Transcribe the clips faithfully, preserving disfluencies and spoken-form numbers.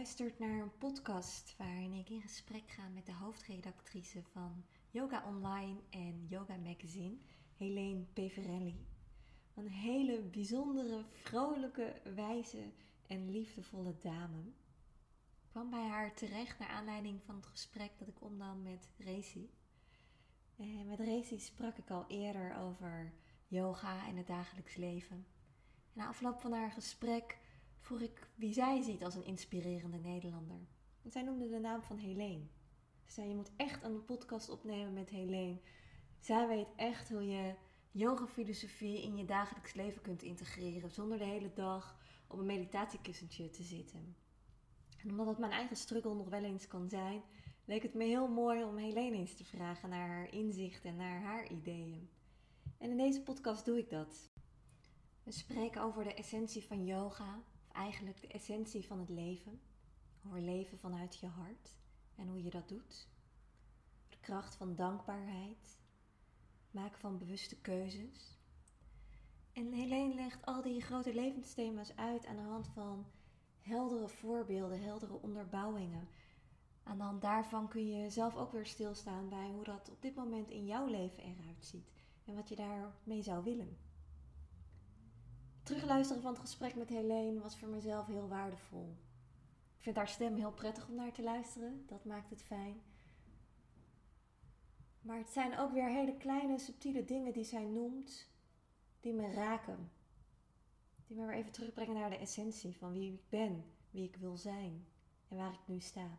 luistert naar een podcast waarin ik in gesprek ga met de hoofdredactrice van Yoga Online en Yoga Magazine, Helene Peverelli. Een hele bijzondere, vrolijke, wijze en liefdevolle dame. Ik kwam bij haar terecht naar aanleiding van het gesprek dat ik omnam met Rezi. En met Rezi sprak ik al eerder over yoga en het dagelijks leven. En na afloop van haar gesprek vroeg ik wie zij ziet als een inspirerende Nederlander. En zij noemde de naam van Helene. Ze zei, je moet echt een podcast opnemen met Helene. Zij weet echt hoe je yoga-filosofie in je dagelijks leven kunt integreren, zonder de hele dag op een meditatiekussentje te zitten. En omdat het mijn eigen struggle nog wel eens kan zijn, leek het me heel mooi om Helene eens te vragen naar haar inzicht en naar haar ideeën. En in deze podcast doe ik dat. We spreken over de essentie van yoga, of eigenlijk de essentie van het leven. Over leven vanuit je hart en hoe je dat doet. De kracht van dankbaarheid, maken van bewuste keuzes. En Helene legt al die grote levensthema's uit aan de hand van heldere voorbeelden, heldere onderbouwingen. Aan de hand daarvan kun je zelf ook weer stilstaan bij hoe dat op dit moment in jouw leven eruit ziet. En wat je daarmee zou willen. Terugluisteren van het gesprek met Helene was voor mezelf heel waardevol. Ik vind haar stem heel prettig om naar te luisteren. Dat maakt het fijn. Maar het zijn ook weer hele kleine, subtiele dingen die zij noemt, die me raken. Die me weer even terugbrengen naar de essentie van wie ik ben, wie ik wil zijn en waar ik nu sta.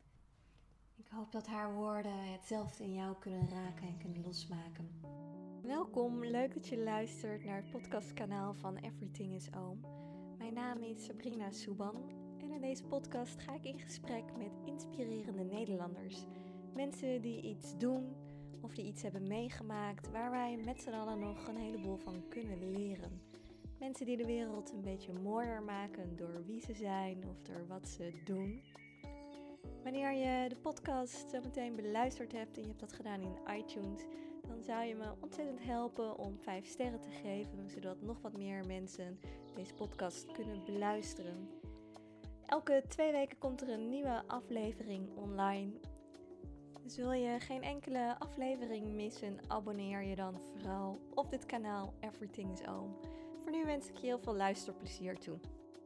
Ik hoop dat haar woorden hetzelfde in jou kunnen raken en kunnen losmaken. Welkom, leuk dat je luistert naar het podcastkanaal van Everything is Om. Mijn naam is Sabrina Souban en in deze podcast ga ik in gesprek met inspirerende Nederlanders. Mensen die iets doen of die iets hebben meegemaakt waar wij met z'n allen nog een heleboel van kunnen leren. Mensen die de wereld een beetje mooier maken door wie ze zijn of door wat ze doen. Wanneer je de podcast zo meteen beluisterd hebt en je hebt dat gedaan in iTunes, dan zou je me ontzettend helpen om vijf sterren te geven, zodat nog wat meer mensen deze podcast kunnen beluisteren. Elke twee weken komt er een nieuwe aflevering online. Dus wil je geen enkele aflevering missen, abonneer je dan vooral op dit kanaal Everything is Om. Voor nu wens ik je heel veel luisterplezier toe.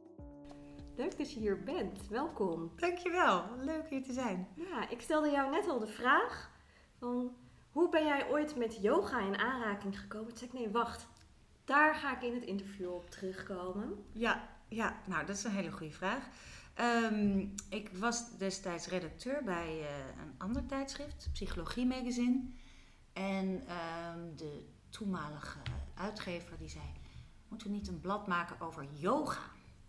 Leuk dat je hier bent. Welkom. Dankjewel. Leuk hier te zijn. Ja, ik stelde jou net al de vraag van hoe ben jij ooit met yoga in aanraking gekomen? Toen zei ik, nee, wacht. Daar ga ik in het interview op terugkomen. Ja, ja, nou dat is een hele goede vraag. Um, ik was destijds redacteur bij uh, een ander tijdschrift, Psychologie Magazine. En um, de toenmalige uitgever die zei, moeten we niet een blad maken over yoga?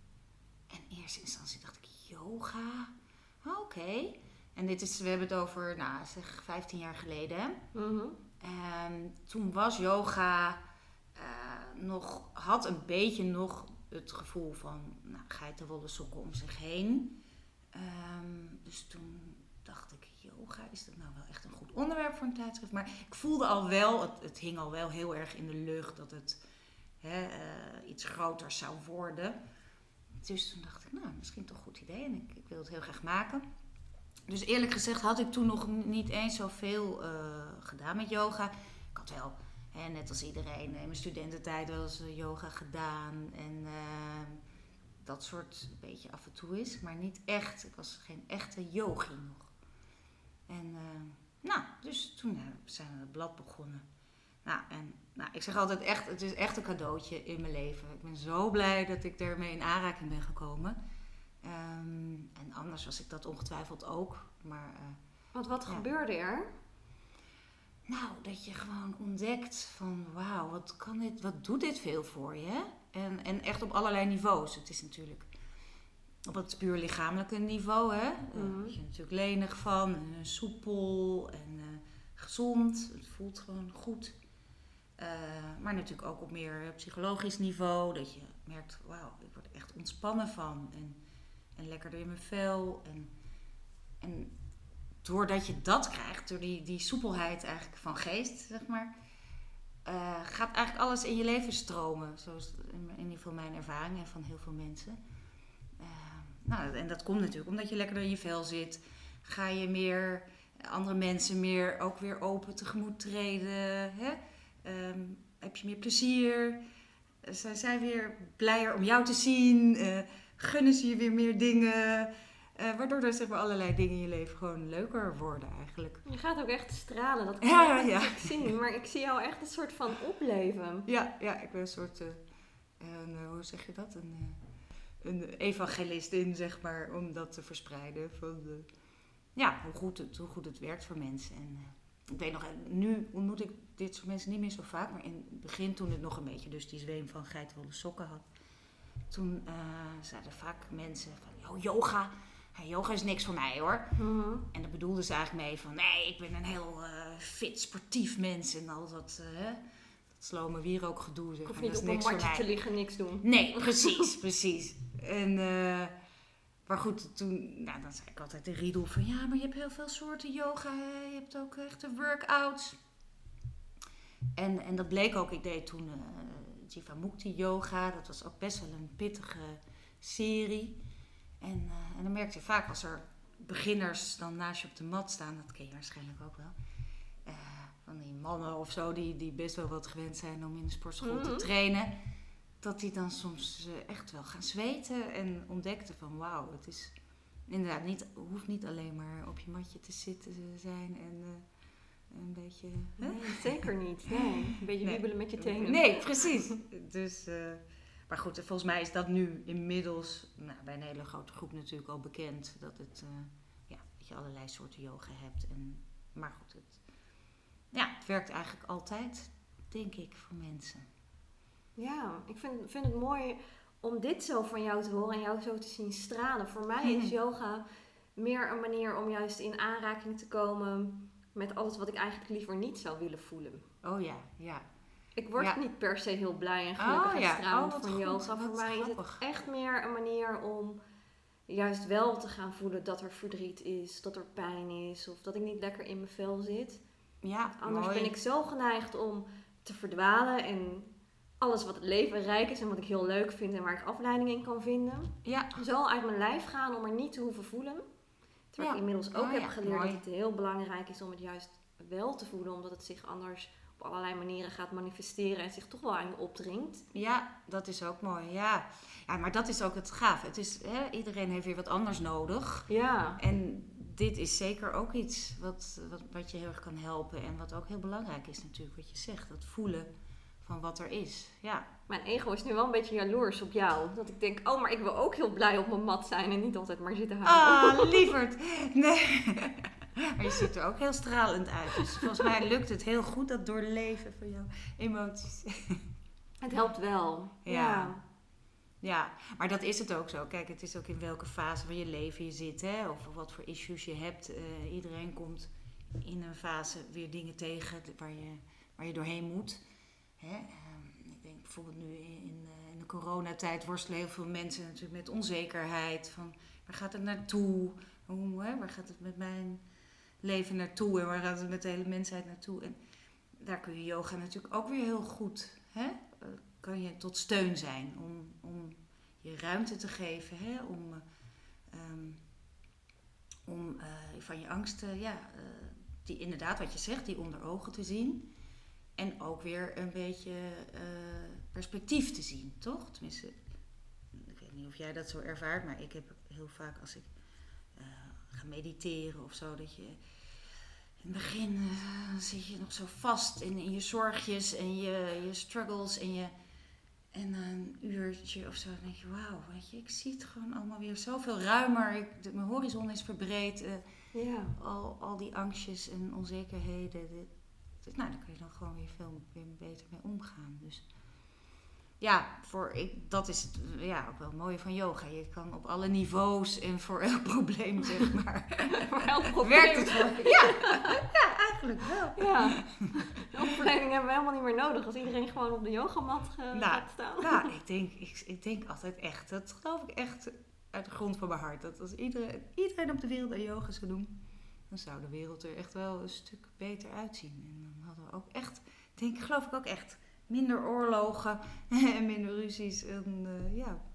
En in eerste instantie dacht ik, yoga? Oké. Okay. En dit is, we hebben het over, nou zeg, vijftien jaar geleden. Mm-hmm. En toen was yoga uh, nog, had een beetje nog het gevoel van nou, geitenwolle sokken om zich heen. Um, dus toen dacht ik, yoga, is dat nou wel echt een goed onderwerp voor een tijdschrift? Maar ik voelde al wel, het, het hing al wel heel erg in de lucht dat het hè, uh, iets groter zou worden. Dus toen dacht ik, nou, misschien toch een goed idee en ik, ik wil het heel graag maken. Dus eerlijk gezegd had ik toen nog niet eens zoveel uh, gedaan met yoga. Ik had wel, hè, net als iedereen, in mijn studententijd wel eens uh, yoga gedaan. En uh, dat soort een beetje af en toe is, maar niet echt. Ik was geen echte yogi nog. En uh, nou, dus toen uh, zijn we het blad begonnen. Nou, en nou, ik zeg altijd echt, het is echt een cadeautje in mijn leven. Ik ben zo blij dat ik ermee in aanraking ben gekomen. Um, en anders was ik dat ongetwijfeld ook. Maar, uh, Want wat ja. gebeurde er? Nou, dat je gewoon ontdekt van wauw, wat kan dit, wat doet dit veel voor je? En, en echt op allerlei niveaus. Het is natuurlijk op het puur lichamelijke niveau, hè. Daar Mm-hmm. word je natuurlijk lenig van, en, uh, soepel en uh, gezond. Het voelt gewoon goed. Uh, maar natuurlijk ook op meer psychologisch niveau. Dat je merkt, wauw, ik word er echt ontspannen van. En, en lekkerder in mijn vel. En, en doordat je dat krijgt, door die, die soepelheid eigenlijk van geest, zeg maar, uh, gaat eigenlijk alles in je leven stromen. Zo is in, in ieder geval mijn ervaring en van heel veel mensen. Uh, nou, en dat komt natuurlijk omdat je lekkerder in je vel zit. Ga je meer andere mensen meer ook weer open tegemoet treden. Hè? Um, heb je meer plezier. Zij zijn weer blijer om jou te zien. Uh, gunnen ze je weer meer dingen. Uh, waardoor er zeg maar, allerlei dingen in je leven gewoon leuker worden eigenlijk. Je gaat ook echt stralen. Dat kan ja, ik ja. zien. Maar ik zie jou echt een soort van opleven. Ja, ja ik ben een soort... Uh, een, uh, hoe zeg je dat? Een, uh, een evangelistin, zeg maar. Om dat te verspreiden. Van de, ja, hoe goed, het, hoe goed het werkt voor mensen. En, uh, ik weet nog, nu ontmoet ik dit soort mensen niet meer zo vaak. Maar in het begin, toen het nog een beetje dus die zweem van geitenwolle sokken had. Toen uh, zeiden vaak mensen van, oh, yoga... Hey, yoga is niks voor mij hoor. Mm-hmm. En daar bedoelden ze eigenlijk mee van... Nee, ik ben een heel uh, fit, sportief mens. En al dat, uh, dat slome wierook gedoe. Zeg. Ik hoef en niet dat op is een niks matje voor mij. te liggen, niks doen. Nee, precies, precies. En, uh, maar goed, toen... Nou, dan zei ik altijd de riedel van... Ja, maar je hebt heel veel soorten yoga. Je hebt ook echte workouts. En, en dat bleek ook. Ik deed toen uh, Jivamukti yoga. Dat was ook best wel een pittige serie. En, uh, en dan merkte je vaak als er beginners dan naast je op de mat staan, dat ken je waarschijnlijk ook wel. Uh, van die mannen of zo die, die best wel wat gewend zijn om in de sportschool mm-hmm. te trainen. Dat die dan soms uh, echt wel gaan zweten en ontdekten van wauw, het is inderdaad niet, hoeft niet alleen maar op je matje te zitten zijn en uh, een beetje... Nee, huh? Zeker niet. Nee, een beetje nee. wiebelen met je tenen. Nee, precies. Dus... Uh, Maar goed, volgens mij is dat nu inmiddels nou, bij een hele grote groep natuurlijk al bekend. Dat, het, uh, ja, dat je allerlei soorten yoga hebt. En, maar goed, het, ja, het werkt eigenlijk altijd, denk ik, voor mensen. Ja, ik vind, vind het mooi om dit zo van jou te horen en jou zo te zien stralen. Voor mij is yoga meer een manier om juist in aanraking te komen met alles wat ik eigenlijk liever niet zou willen voelen. Oh ja, ja. Ik word ja. niet per se heel blij en gelukkig oh, en stralend ja. oh, van goed. yoga. Voor mij grappig. Is het echt meer een manier om juist wel te gaan voelen dat er verdriet is, dat er pijn is of dat ik niet lekker in mijn vel zit. Ja, Anders mooi. ben ik zo geneigd om te verdwalen en alles wat het leven rijk is en wat ik heel leuk vind en waar ik afleiding in kan vinden. Ja. Zo uit mijn lijf gaan om er niet te hoeven voelen. Terwijl ja. ik inmiddels ook oh, heb ja. geleerd mooi. Dat het heel belangrijk is om het juist wel te voelen, omdat het zich anders op allerlei manieren gaat manifesteren en zich toch wel aan je opdringt. Ja, dat is ook mooi. Ja, ja maar dat is ook het gaaf. Het is, hè, iedereen heeft weer wat anders nodig. Ja. En dit is zeker ook iets wat, wat, wat je heel erg kan helpen. En wat ook heel belangrijk is natuurlijk, wat je zegt. Dat voelen van wat er is. Ja. Mijn ego is nu wel een beetje jaloers op jou. Dat ik denk, oh, maar ik wil ook heel blij op mijn mat zijn en niet altijd maar zitten huilen. Ah, lieverd. Nee. Maar je ziet er ook heel stralend uit. Dus volgens mij lukt het heel goed, dat doorleven van jouw emoties. Het helpt wel. Ja. ja. Ja, maar dat is het ook zo. Kijk, het is ook in welke fase van je leven je zit. Hè? Of wat voor issues je hebt. Uh, iedereen komt in een fase weer dingen tegen waar je, waar je doorheen moet. Hè? Um, ik denk bijvoorbeeld nu in, uh, in de coronatijd worstelen heel veel mensen natuurlijk met onzekerheid. Van waar gaat het naartoe? Hoe, hè? Waar gaat het met mijn leven naartoe en waar gaat het met de hele mensheid naartoe? En daar kun je yoga natuurlijk ook weer heel goed, hè? Uh, kan je tot steun zijn om, om je ruimte te geven, hè? Om, uh, um, om uh, van je angsten, ja, uh, die inderdaad wat je zegt, die onder ogen te zien en ook weer een beetje uh, perspectief te zien, toch? Tenminste, ik weet niet of jij dat zo ervaart, maar ik heb heel vaak als ik uh, ga mediteren of zo, dat je in het begin uh, zit je nog zo vast in, in je zorgjes en je, je struggles en je en een uurtje of zo, dan denk je, wauw, weet je, ik zie het gewoon allemaal weer zoveel ruimer. Ik, de, mijn horizon is verbreed. Uh, ja. al, al die angstjes en onzekerheden. Dit, dit, nou, daar kun je dan gewoon weer veel weer beter mee omgaan. Dus ja, voor ik, dat is het ja, ook wel het mooie van yoga. Je kan op alle niveaus en voor elk probleem, zeg maar. Voor elk probleem. Werkt het voor? Ja, ja, eigenlijk wel. Ja. De opleiding hebben we helemaal niet meer nodig als iedereen gewoon op de yogamat uh, nou, gaat staan. Nou, ik denk, ik, ik denk altijd echt, dat geloof ik echt uit de grond van mijn hart. Dat als iedereen, iedereen op de wereld aan yoga zou doen, dan zou de wereld er echt wel een stuk beter uitzien. En dan hadden we ook echt, denk, geloof ik ook echt, minder oorlogen en minder ruzies. En, uh, ja.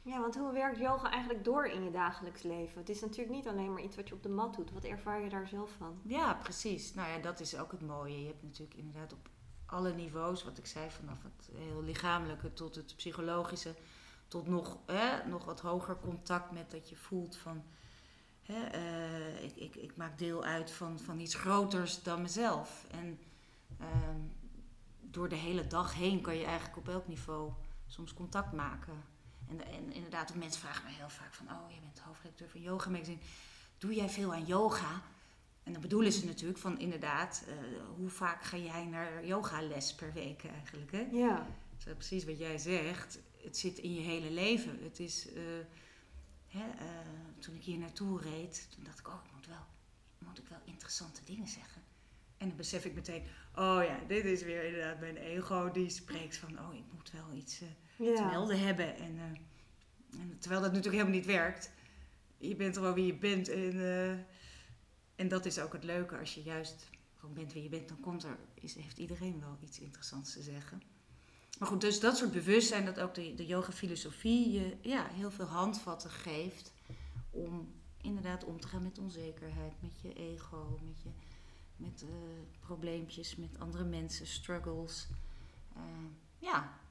Ja, want hoe werkt yoga eigenlijk door in je dagelijks leven? Het is natuurlijk niet alleen maar iets wat je op de mat doet. Wat ervaar je daar zelf van? Ja, precies. Nou ja, dat is ook het mooie. Je hebt natuurlijk inderdaad op alle niveaus, wat ik zei, vanaf het heel lichamelijke tot het psychologische, tot nog, hè, nog wat hoger contact met dat je voelt van, hè, uh, ik, ik, ik maak deel uit van, van iets groters dan mezelf. En uh, door de hele dag heen kan je eigenlijk op elk niveau soms contact maken. En, en inderdaad, mensen vragen me heel vaak van, oh, jij bent hoofdredacteur van Yoga Magazine. Doe jij veel aan yoga? En dan bedoelen ze natuurlijk van inderdaad, uh, hoe vaak ga jij naar yogales per week eigenlijk? Hè? Ja. Dat is precies wat jij zegt. Het zit in je hele leven. Het is, uh, hè, uh, toen ik hier naartoe reed, toen dacht ik, oh, ik moet wel, moet ik wel interessante dingen zeggen. En dan besef ik meteen, oh ja, dit is weer inderdaad mijn ego die spreekt van, oh, ik moet wel iets uh, ja. te melden hebben. En, uh, en terwijl dat natuurlijk helemaal niet werkt. Je bent gewoon wie je bent en... Uh, En dat is ook het leuke, als je juist gewoon bent wie je bent, dan komt er, is, heeft iedereen wel iets interessants te zeggen. Maar goed, dus dat soort bewustzijn, dat ook de, de yoga-filosofie je ja, heel veel handvatten geeft om inderdaad om te gaan met onzekerheid, met je ego, met, je, met uh, probleempjes, met andere mensen, struggles. Uh, ja,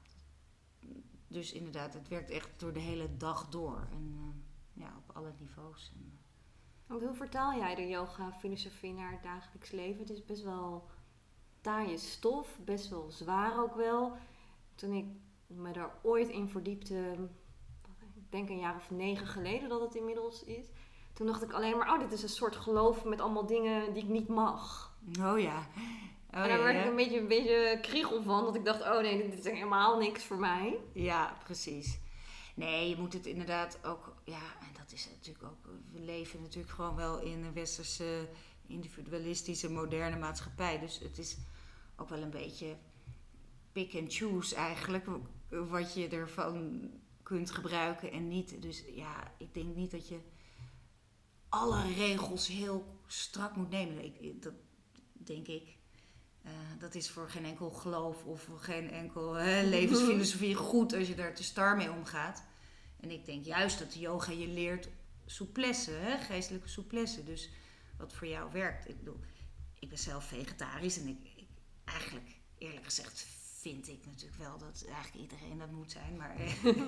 dus inderdaad, het werkt echt door de hele dag door en uh, ja, op alle niveaus. En, Want hoe vertaal jij de yoga-filosofie naar het dagelijks leven? Het is best wel taaie stof, best wel zwaar ook wel. Toen ik me daar ooit in verdiepte, ik denk een jaar of negen geleden dat het inmiddels is. Toen dacht ik alleen maar, oh, dit is een soort geloof met allemaal dingen die ik niet mag. Oh ja. Oh, en daar ja, werd ja. ik een beetje, een beetje kriegel van, dat ik dacht, oh nee, dit is helemaal niks voor mij. Ja, precies. Nee, je moet het inderdaad ook, ja, en dat is natuurlijk ook, we leven natuurlijk gewoon wel in een westerse, individualistische, moderne maatschappij. Dus het is ook wel een beetje pick and choose eigenlijk, wat je ervan kunt gebruiken en niet. Dus ja, ik denk niet dat je alle regels heel strak moet nemen. Ik, dat denk ik. Uh, dat is voor geen enkel geloof of voor geen enkel hè, levensfilosofie goed als je daar te star mee omgaat. En ik denk juist dat de yoga je leert souplesse, hè, geestelijke souplesse. Dus wat voor jou werkt. Ik bedoel, ik ben zelf vegetarisch en ik, ik eigenlijk eerlijk gezegd vind ik natuurlijk wel dat eigenlijk iedereen dat moet zijn. Maar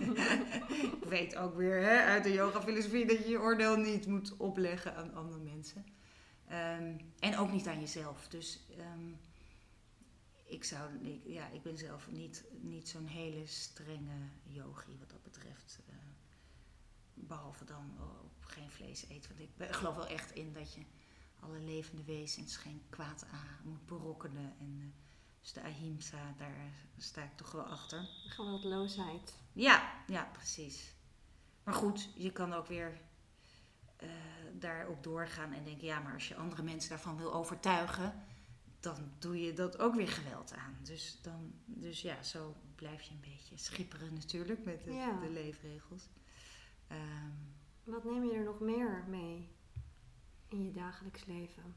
ik weet ook weer hè, uit de yoga-filosofie dat je je oordeel niet moet opleggen aan andere mensen. Um, en ook niet aan jezelf. Dus um, ik, zou, ik, ja, ik ben zelf niet, niet zo'n hele strenge yogi wat dat betreft. Uh, behalve dan op geen vlees eten. Want ik, ben, ik geloof wel echt in dat je alle levende wezens geen kwaad aan moet berokkenen. En, uh, dus de ahimsa, daar sta ik toch wel achter. Geweldloosheid. Ja, ja, precies. Maar goed, je kan ook weer uh, daarop doorgaan en denken, ja, maar als je andere mensen daarvan wil overtuigen, dan doe je dat ook weer geweld aan. Dus, dan, dus ja, zo blijf je een beetje schipperen natuurlijk met de, ja. de leefregels. Um, Wat neem je er nog meer mee in je dagelijks leven?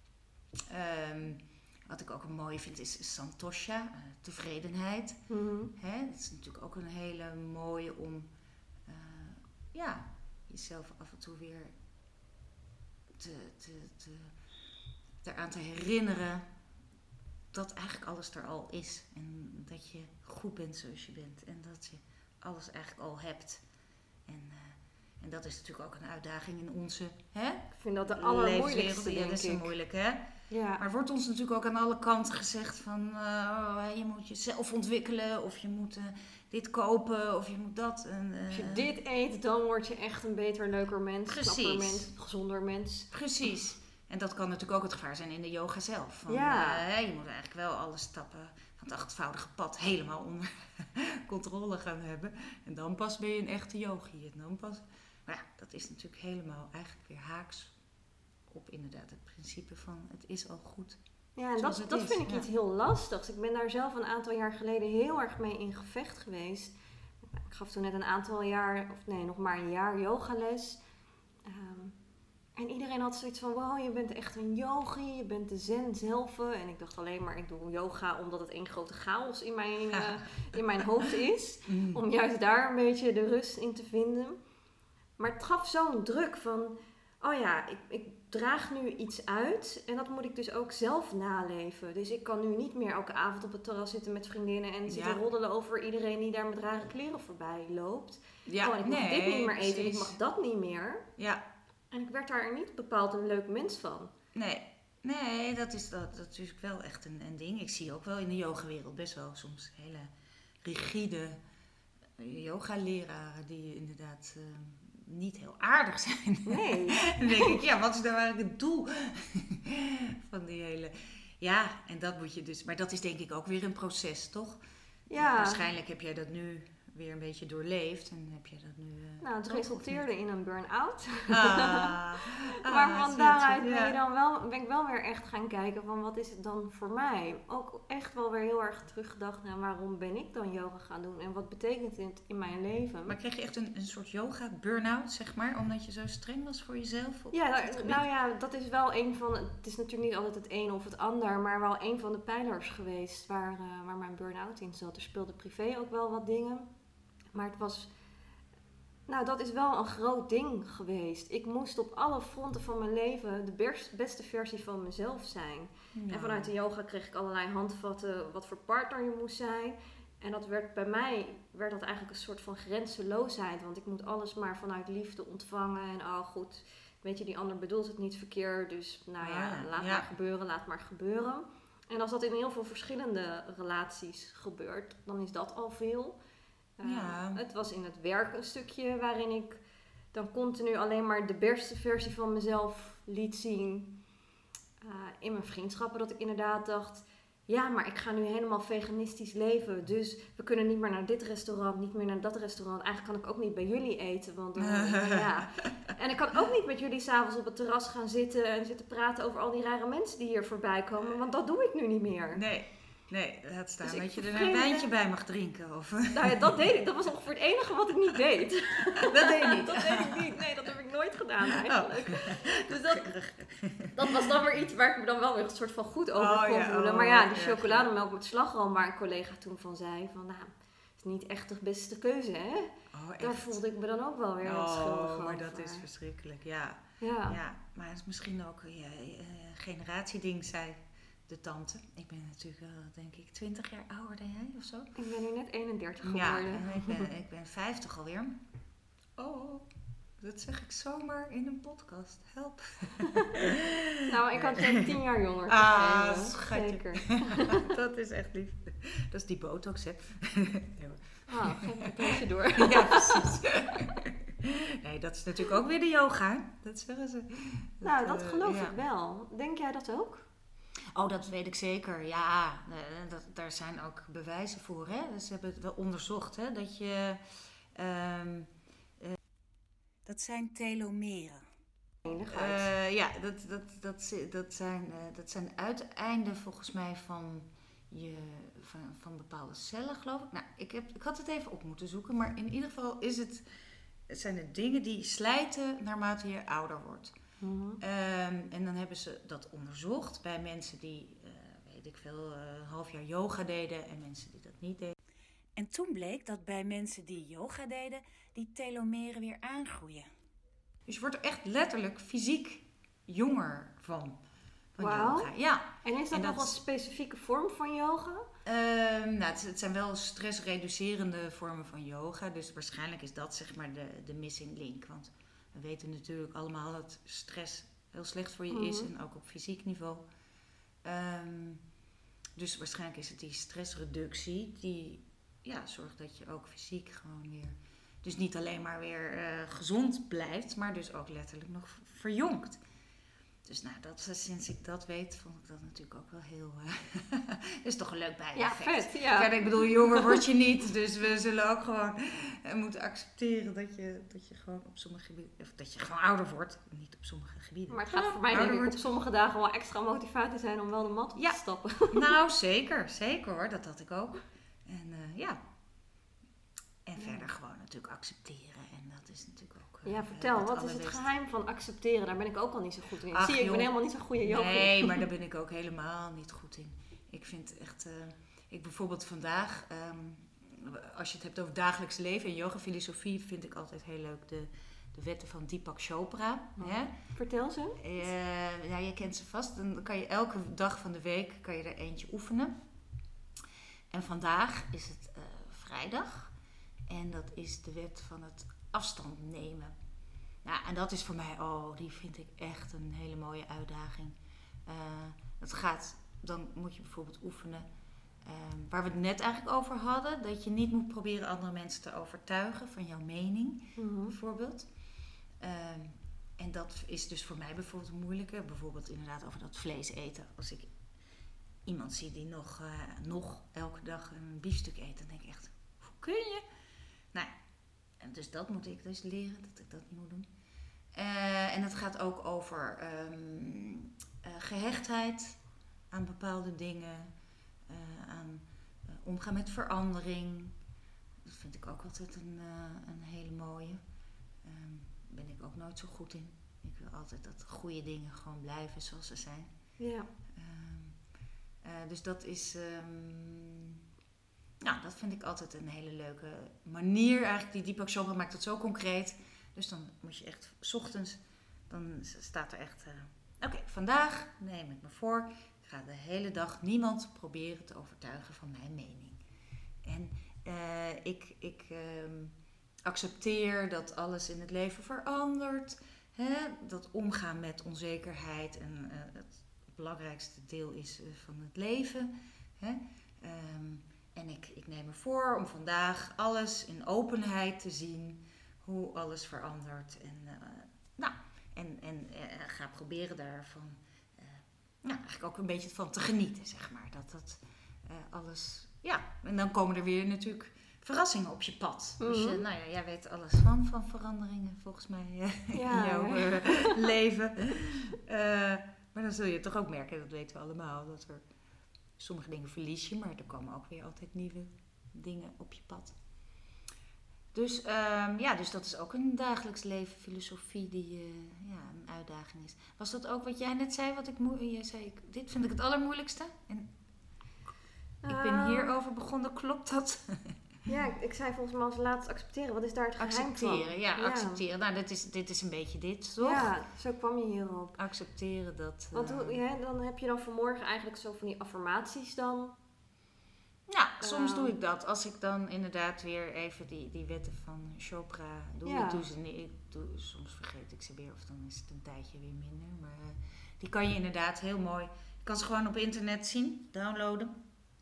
Um, Wat ik ook een mooie vind is santosha, uh, tevredenheid. Mm-hmm. Hè? Dat is natuurlijk ook een hele mooie om uh, ja, jezelf af en toe weer te, te, te, eraan te herinneren dat eigenlijk alles er al is. En dat je goed bent zoals je bent. En dat je alles eigenlijk al hebt. En, uh, en dat is natuurlijk ook een uitdaging in onze hè? Ik vind dat de allermoeilijkste, ja, denk dat is ik. moeilijk, hè? Ja. Maar er wordt ons natuurlijk ook aan alle kanten gezegd van uh, je moet jezelf ontwikkelen of je moet uh, dit kopen of je moet dat. En, uh, Als je dit eet, dan word je echt een beter, leuker mens, knapper mens, gezonder mens. Precies. En dat kan natuurlijk ook het gevaar zijn in de yoga zelf. Van, ja. uh, je moet eigenlijk wel alle stappen van het achtvoudige pad helemaal onder controle gaan hebben. En dan pas ben je een echte yogi. En dan pas... Maar ja, dat is natuurlijk helemaal eigenlijk weer haaks op inderdaad het principe van het is al goed. Ja, en dat, dat vind ik ja. iets heel lastigs. Ik ben daar zelf een aantal jaar geleden heel erg mee in gevecht geweest. Ik gaf toen net een aantal jaar, of nee, nog maar een jaar yogales. Um, en iedereen iedereen had zoiets van, wow, je bent echt een yogi, je bent de zen zelf. En ik dacht alleen maar, ik doe yoga omdat het één grote chaos in mijn, uh, in mijn hoofd is. Mm. Om juist daar een beetje de rust in te vinden. Maar het gaf zo'n druk van, oh ja, ik, ik draag nu iets uit en dat moet ik dus ook zelf naleven. Dus ik kan nu niet meer elke avond op het terras zitten met vriendinnen en zitten ja. roddelen over iedereen die daar met rare kleren voorbij loopt. Ja, oh, en ik mag nee, dit niet meer eten en ik mag dat niet meer. Ja. En ik werd daar niet bepaald een leuk mens van. Nee, nee dat, is, dat, dat is natuurlijk wel echt een, een ding. Ik zie ook wel in de yogawereld best wel soms hele rigide yogaleraren die inderdaad... Uh, niet heel aardig zijn. Nee. Dan denk ik, ja, wat is nou eigenlijk het doel van die hele... Ja, en dat moet je dus... Maar dat is denk ik ook weer een proces, toch? Ja. Waarschijnlijk heb jij dat nu weer een beetje doorleefd en heb je dat nu... Uh, nou, het resulteerde in een burn-out. Ah, maar ah, van daaruit ben, ja. je dan wel, ben ik wel weer echt gaan kijken van wat is het dan voor mij? Ook echt wel weer heel erg teruggedacht naar waarom ben ik dan yoga gaan doen en wat betekent het in mijn leven? Maar kreeg je echt een, een soort yoga burn-out, zeg maar, omdat je zo streng was voor jezelf? Ja, nou, nou ja, dat is wel een van, het is natuurlijk niet altijd het een of het ander, maar wel een van de pijlers geweest waar, uh, waar mijn burn-out in zat. Er speelde privé ook wel wat dingen. Maar het was, nou dat is wel een groot ding geweest. Ik moest op alle fronten van mijn leven de best, beste versie van mezelf zijn. Ja. En vanuit de yoga kreeg ik allerlei handvatten wat voor partner je moest zijn. En dat werd bij mij, werd dat eigenlijk een soort van grenzeloosheid. Want ik moet alles maar vanuit liefde ontvangen. En oh goed, weet je, die ander bedoelt het niet verkeerd. Dus nou ja, ja laat ja. maar gebeuren, laat maar gebeuren. En als dat in heel veel verschillende relaties gebeurt, dan is dat al veel. Uh, ja. Het was in het werk een stukje waarin ik dan continu alleen maar de beste versie van mezelf liet zien. Uh, in mijn vriendschappen dat ik inderdaad dacht, ja, maar ik ga nu helemaal veganistisch leven. Dus we kunnen niet meer naar dit restaurant, niet meer naar dat restaurant. Eigenlijk kan ik ook niet bij jullie eten. Want, uh, ja. En ik kan ook niet met jullie s'avonds op het terras gaan zitten en zitten praten over al die rare mensen die hier voorbij komen. Want dat doe ik nu niet meer. Nee. Nee, laat staan dus dat je er een wijntje bij mag drinken. Of... Nou ja, dat deed ik. Dat was ongeveer het enige wat ik niet deed. Dat deed je niet? Dat deed ik niet. Nee, dat heb ik nooit gedaan eigenlijk. Oh. Dus dat, dat was dan weer iets waar ik me dan wel weer een soort van goed over oh, kon ja, voelen. oh, maar ja, die ja, chocolademelk met slagroom waar een collega toen van zei. Van nou, het is niet echt de beste keuze hè. Oh, daar voelde ik me dan ook wel weer wat oh, schuldig over. Maar dat is verschrikkelijk, ja. Ja. ja maar het is misschien ook een ja, generatieding, zei de tante. Ik ben natuurlijk wel, denk ik, twintig jaar ouder dan jij of zo. Ik ben nu net eenendertig geworden. Ja, en ik ben, ik ben vijftig alweer. Oh, dat zeg ik zomaar in een podcast. Help. Nou, ik had je tien jaar jonger Ah, gegeven. Schatje. Zeker. Dat is echt lief. Dat is die botox, hè. Ah, geef het een beetje door. Ja, precies. Nee, dat is natuurlijk ook weer de yoga. Dat zeggen ze. Dat, nou, dat geloof uh, ik ja. wel. Denk jij dat ook? Oh, dat weet ik zeker. Ja, uh, dat, daar zijn ook bewijzen voor. Hè? Ze hebben het wel onderzocht. Hè? Dat je... Um, uh, dat zijn telomeren. Uh, ja, dat, dat, dat, dat, zijn, uh, dat zijn uiteinden volgens mij van, je, van, van bepaalde cellen, geloof ik. Nou, ik, heb, ik had het even op moeten zoeken. Maar in ieder geval is het, het zijn het dingen die slijten naarmate je ouder wordt. Mm-hmm. Um, en dan hebben ze dat onderzocht bij mensen die, uh, weet ik veel, uh, een half jaar yoga deden en mensen die dat niet deden. En toen bleek dat bij mensen die yoga deden, die telomeren weer aangroeien. Dus je wordt er echt letterlijk fysiek jonger van, van wow. yoga. Ja. En is dat en nog dat, een specifieke vorm van yoga? Um, nou, het, het zijn wel stressreducerende vormen van yoga, dus waarschijnlijk is dat zeg maar de, de missing link. Want we weten natuurlijk allemaal dat stress heel slecht voor je mm-hmm. is en ook op fysiek niveau. Um, dus waarschijnlijk is het die stressreductie die ja, zorgt dat je ook fysiek gewoon weer... Dus niet alleen maar weer uh, gezond blijft, maar dus ook letterlijk nog verjongt. Dus nou, dat, sinds ik dat weet, vond ik dat natuurlijk ook wel heel... Uh, is toch een leuk bijeffect. Ja, vet. Ja. Verder, ik bedoel, jonger word je niet. Dus we zullen ook gewoon uh, moeten accepteren dat je, dat je gewoon op sommige gebieden... Of dat je gewoon ouder wordt. Niet op sommige gebieden. Maar het gaat voor mij denk ik op sommige dagen wel extra motivatie zijn om wel de mat op ja. te stappen. Nou, zeker. Zeker hoor. Dat had ik ook. En uh, ja... En ja. verder gewoon natuurlijk accepteren. En dat is natuurlijk ook... Ja, vertel. Het Wat is het allerbeste. geheim van accepteren? Daar ben ik ook al niet zo goed in. Ach, Zie je, ik ben joh. helemaal niet zo'n goede yoga. Nee, maar daar ben ik ook helemaal niet goed in. Ik vind echt... Uh, ik bijvoorbeeld vandaag... Um, als je het hebt over dagelijks leven en yoga-filosofie... vind ik altijd heel leuk de, de wetten van Deepak Chopra. Oh. Hè? Vertel ze. Uh, ja, je kent ze vast. Dan kan je elke dag van de week kan je er eentje oefenen. En vandaag is het uh, vrijdag. En dat is de wet van het afstand nemen. Nou, en dat is voor mij, oh, die vind ik echt een hele mooie uitdaging. Uh, het gaat, dan moet je bijvoorbeeld oefenen, uh, waar we het net eigenlijk over hadden, dat je niet moet proberen andere mensen te overtuigen van jouw mening, mm-hmm. bijvoorbeeld. Uh, en dat is dus voor mij bijvoorbeeld moeilijker, bijvoorbeeld inderdaad over dat vlees eten. Als ik iemand zie die nog, uh, nog elke dag een biefstuk eet, dan denk ik echt, hoe kun je? Nou, en dus dat moet ik dus leren, dat ik dat niet moet doen. Uh, en het gaat ook over um, uh, gehechtheid aan bepaalde dingen, uh, aan uh, omgaan met verandering. Dat vind ik ook altijd een, uh, een hele mooie. Um, ben ik ook nooit zo goed in. Ik wil altijd dat goede dingen gewoon blijven zoals ze zijn. Ja. Um, uh, dus dat is... Um, Nou, dat vind ik altijd een hele leuke manier. Eigenlijk, die Deepak Chopra maakt het zo concreet. Dus dan moet je echt, 's ochtends, dan staat er echt... Uh, Oké, okay, vandaag neem ik me voor, ik ga de hele dag niemand proberen te overtuigen van mijn mening. En uh, ik, ik uh, accepteer dat alles in het leven verandert. Hè? Dat omgaan met onzekerheid en uh, het belangrijkste deel is uh, van het leven. Hè? Um, En ik, ik neem me voor om vandaag alles in openheid te zien, hoe alles verandert. En, uh, nou, en, en uh, ga proberen daarvan, uh, nou, eigenlijk ook een beetje van te genieten, zeg maar. Dat dat uh, alles, ja. En dan komen er weer natuurlijk verrassingen op je pad. Mm-hmm. Dus je, nou ja, jij weet alles van, van veranderingen, volgens mij, uh, ja, in jouw uh, leven. Uh, maar dan zul je toch ook merken, dat weten we allemaal, dat er... Sommige dingen verlies je, maar er komen ook weer altijd nieuwe dingen op je pad. Dus, um, ja, dus dat is ook een dagelijks leven filosofie die uh, ja, een uitdaging is. Was dat ook wat jij net zei? Wat ik moe- jij zei, ik, dit vind ik het allermoeilijkste. En ik ben hierover begonnen, klopt dat? Ja, ik, ik zei volgens mij als laatst accepteren. Wat is daar het geheim van? Accepteren, ja, ja, accepteren. Nou, dit is, dit is een beetje dit, toch? Ja, zo kwam je hierop. Accepteren dat... Want hoe, uh, ja, dan heb je dan vanmorgen eigenlijk zo van die affirmaties dan... Ja, soms uh, doe ik dat. Als ik dan inderdaad weer even die, die wetten van Chopra doe. Ja. Ik doe ze niet. Ik doe, soms vergeet ik ze weer of dan is het een tijdje weer minder. Maar uh, die kan je inderdaad heel mooi... Je kan ze gewoon op internet zien, downloaden.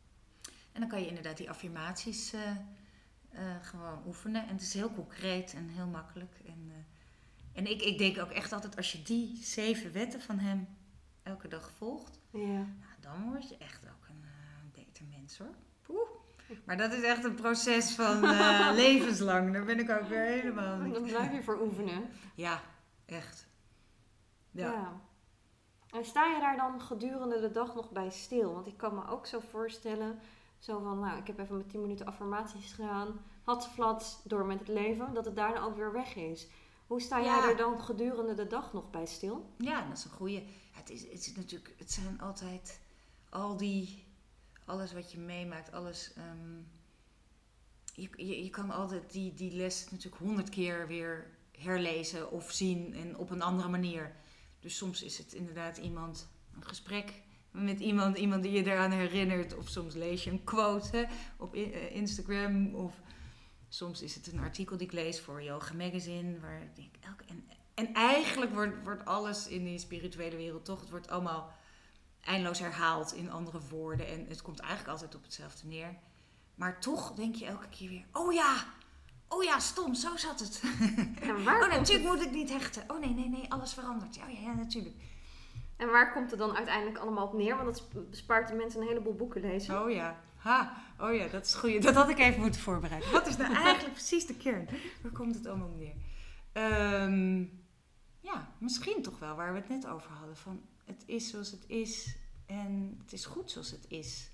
En dan kan je inderdaad die affirmaties uh, uh, gewoon oefenen. En het is heel concreet en heel makkelijk. En, uh, en ik, ik denk ook echt altijd, als je die zeven wetten van hem elke dag volgt... Ja. Nou, dan word je echt ook een uh, beter mens, hoor. Poeh. Maar dat is echt een proces van uh, levenslang. Daar ben ik ook weer helemaal niet. Dan blijf je voor oefenen. Ja, echt. Ja. ja. En sta je daar dan gedurende de dag nog bij stil? Want ik kan me ook zo voorstellen... Zo van, nou, ik heb even mijn tien minuten affirmaties gedaan. Hatsflats, door met het leven. Dat het daarna ook weer weg is. Hoe sta ja. jij er dan gedurende de dag nog bij stil? Ja, dat is een goeie. Ja, het, is, het is natuurlijk, het zijn altijd al die... Alles wat je meemaakt, alles... Um, je, je, je kan altijd die, die les natuurlijk honderd keer weer herlezen of zien. En op een andere manier. Dus soms is het inderdaad iemand, een gesprek... met iemand, iemand die je eraan herinnert. Of soms lees je een quote hè, op Instagram. Of soms is het een artikel die ik lees voor Yoga Magazine. Waar ik denk, elke, en, en eigenlijk wordt, wordt alles in die spirituele wereld toch... Het wordt allemaal eindeloos herhaald in andere woorden. En het komt eigenlijk altijd op hetzelfde neer. Maar toch denk je elke keer weer... Oh ja, oh ja, stom, zo zat het. En waar oh nee, natuurlijk het... moet ik niet hechten. Oh nee, nee, nee, alles verandert. Oh ja, ja, natuurlijk. En waar komt het dan uiteindelijk allemaal op neer? Want dat bespaart de mensen een heleboel boeken lezen. Oh ja, ha, oh ja, dat is goed. Dat had ik even moeten voorbereiden. Wat is nou eigenlijk precies de kern? Waar komt het allemaal op neer? Um, ja, misschien toch wel waar we het net over hadden. Van het is zoals het is en het is goed zoals het is.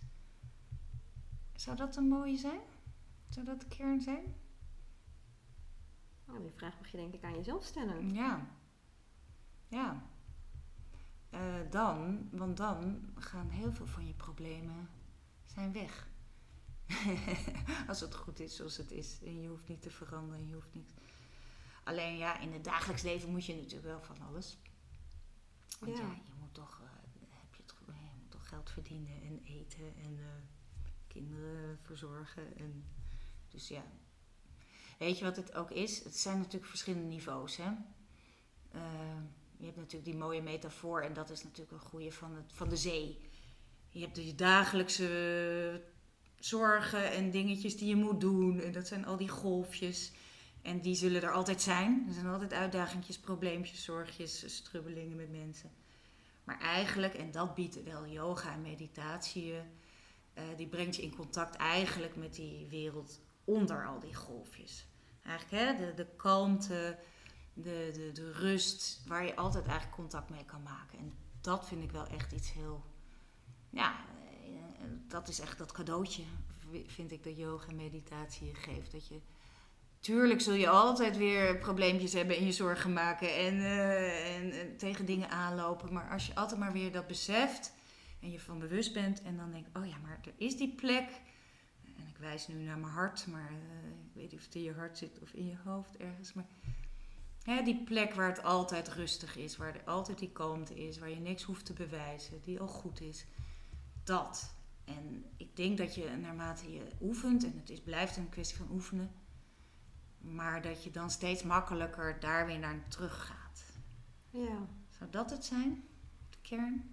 Zou dat een mooie zijn? Zou dat de kern zijn? Nou, die vraag mag je denk ik aan jezelf stellen. Ja. Ja. Uh, dan, want dan gaan heel veel van je problemen zijn weg. Als het goed is zoals het is. En je hoeft niet te veranderen. Je hoeft niet... Alleen ja, in het dagelijks leven moet je natuurlijk wel van alles. Want ja, ja je moet toch, uh, heb je, het, je moet toch geld verdienen en eten en uh, kinderen verzorgen. En, dus ja. Weet je wat het ook is? Het zijn natuurlijk verschillende niveaus. Hè? Uh, je hebt natuurlijk die mooie metafoor en dat is natuurlijk een goede van, het, van de zee. Je hebt je dagelijkse zorgen en dingetjes die je moet doen. En dat zijn al die golfjes. En die zullen er altijd zijn. Er zijn altijd uitdagingjes, probleempjes, zorgjes, strubbelingen met mensen. Maar eigenlijk, en dat biedt wel yoga en meditatie, uh, die brengt je in contact eigenlijk met die wereld onder al die golfjes. Eigenlijk hè, de, de kalmte, de, de, de rust, waar je altijd eigenlijk contact mee kan maken. En dat vind ik wel echt iets heel... Ja, dat is echt dat cadeautje, vind ik, dat yoga en meditatie je geeft. Dat je... Tuurlijk zul je altijd weer probleempjes hebben en je zorgen maken en, uh, en, en tegen dingen aanlopen. Maar als je altijd maar weer dat beseft en je van bewust bent en dan denk ik, oh ja, maar er is die plek. En ik wijs nu naar mijn hart, maar uh, ik weet niet of het in je hart zit of in je hoofd ergens. Maar hè, die plek waar het altijd rustig is, waar er altijd die kalmte is, waar je niks hoeft te bewijzen, die al goed is. Dat. En ik denk dat je naarmate je oefent, en het is, blijft een kwestie van oefenen, maar dat je dan steeds makkelijker daar weer naar terug gaat. Ja. Zou dat het zijn? De kern?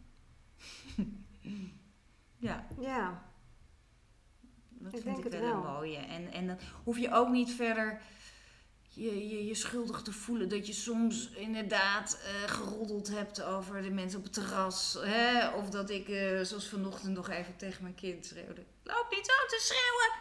ja. Ja. Dat ik vind denk ik het wel wel een mooie. En, en dan hoef je ook niet verder je, je, je schuldig te voelen dat je soms inderdaad uh, geroddeld hebt over de mensen op het terras. Hè? Of dat ik, uh, zoals vanochtend nog even tegen mijn kind schreeuwde. Loop niet zo te schreeuwen!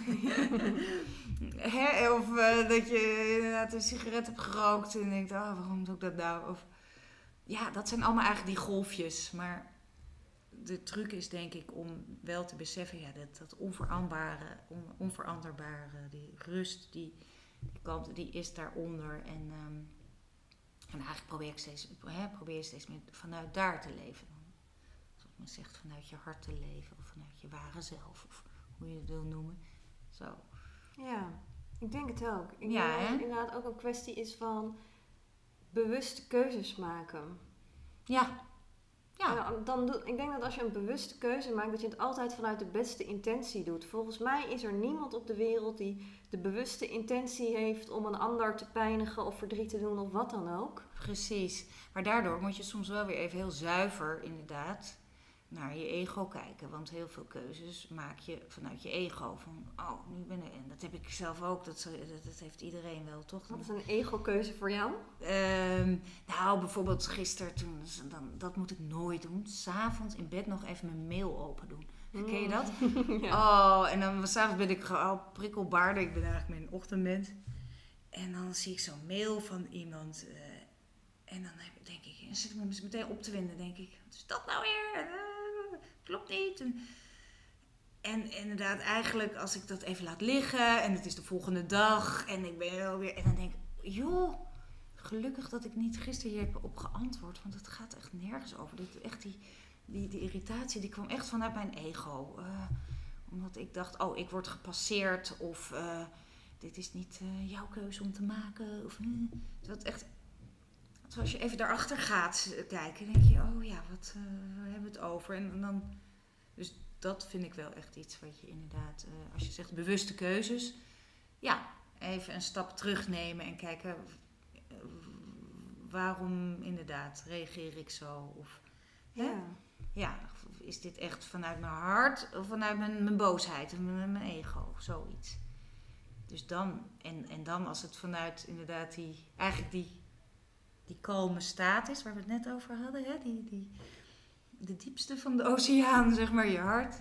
Hè? Of uh, dat je inderdaad een sigaret hebt gerookt en denkt, oh, waarom doe ik dat nou? Of, ja, dat zijn allemaal eigenlijk die golfjes. Maar de truc is denk ik om wel te beseffen, ja, dat, dat onveranderbare, on, onveranderbare, die rust, die, die kant, die is daaronder. En, um, en eigenlijk probeer ik steeds, hè, probeer steeds meer vanuit daar te leven. Zoals men zegt, vanuit je hart te leven of vanuit je ware zelf, of hoe je het wil noemen. Zo. Ja, ik denk het ook. Ik ja, denk dat hè? het inderdaad ook een kwestie is van bewuste keuzes maken. Ja. Ja. En dan doe, ik denk dat als je een bewuste keuze maakt, dat je het altijd vanuit de beste intentie doet. Volgens mij is er niemand op de wereld die de bewuste intentie heeft om een ander te pijnigen of verdriet te doen of wat dan ook. Precies. Maar daardoor moet je soms wel weer even heel zuiver inderdaad naar je ego kijken. Want heel veel keuzes maak je vanuit je ego. Van, oh, nu ben ik... En dat heb ik zelf ook. Dat, dat, dat heeft iedereen wel, toch? Wat is een ego-keuze voor jou? Um, nou, bijvoorbeeld gisteren toen... Dan, dat moet ik nooit doen. 'S Avonds in bed nog even mijn mail open doen. Mm. Ken je dat? ja. Oh, en dan 's avonds ben ik gewoon prikkelbaarder. Ik ben eigenlijk mijn ochtendmens. En dan zie ik zo'n mail van iemand... Uh, en dan denk ik... Dan zit ik me meteen op te winden, denk ik. Wat is dat nou weer? Uh, klopt niet. En, en inderdaad, eigenlijk als ik dat even laat liggen en het is de volgende dag en ik ben wel weer... En dan denk ik, joh, gelukkig dat ik niet gisteren hier heb op geantwoord, want het gaat echt nergens over. Dit, echt die, die, die irritatie, die kwam echt vanuit mijn ego. Uh, omdat ik dacht, oh, ik word gepasseerd of uh, dit is niet uh, jouw keuze om te maken. Of, uh, dat echt... Als je even daarachter gaat kijken, denk je, oh ja, wat uh, waar hebben we het over? En, en dan, dus dat vind ik wel echt iets wat je inderdaad, uh, als je zegt bewuste keuzes, ja, even een stap terugnemen en kijken, uh, waarom inderdaad reageer ik zo? Of, ja. Hè? Ja, is dit echt vanuit mijn hart of vanuit mijn, mijn boosheid en mijn, mijn ego, zoiets. Dus dan, en, en dan als het vanuit inderdaad die, eigenlijk die, die kalme staat is, waar we het net over hadden, hè? Die, die, de diepste van de oceaan, zeg maar, je hart.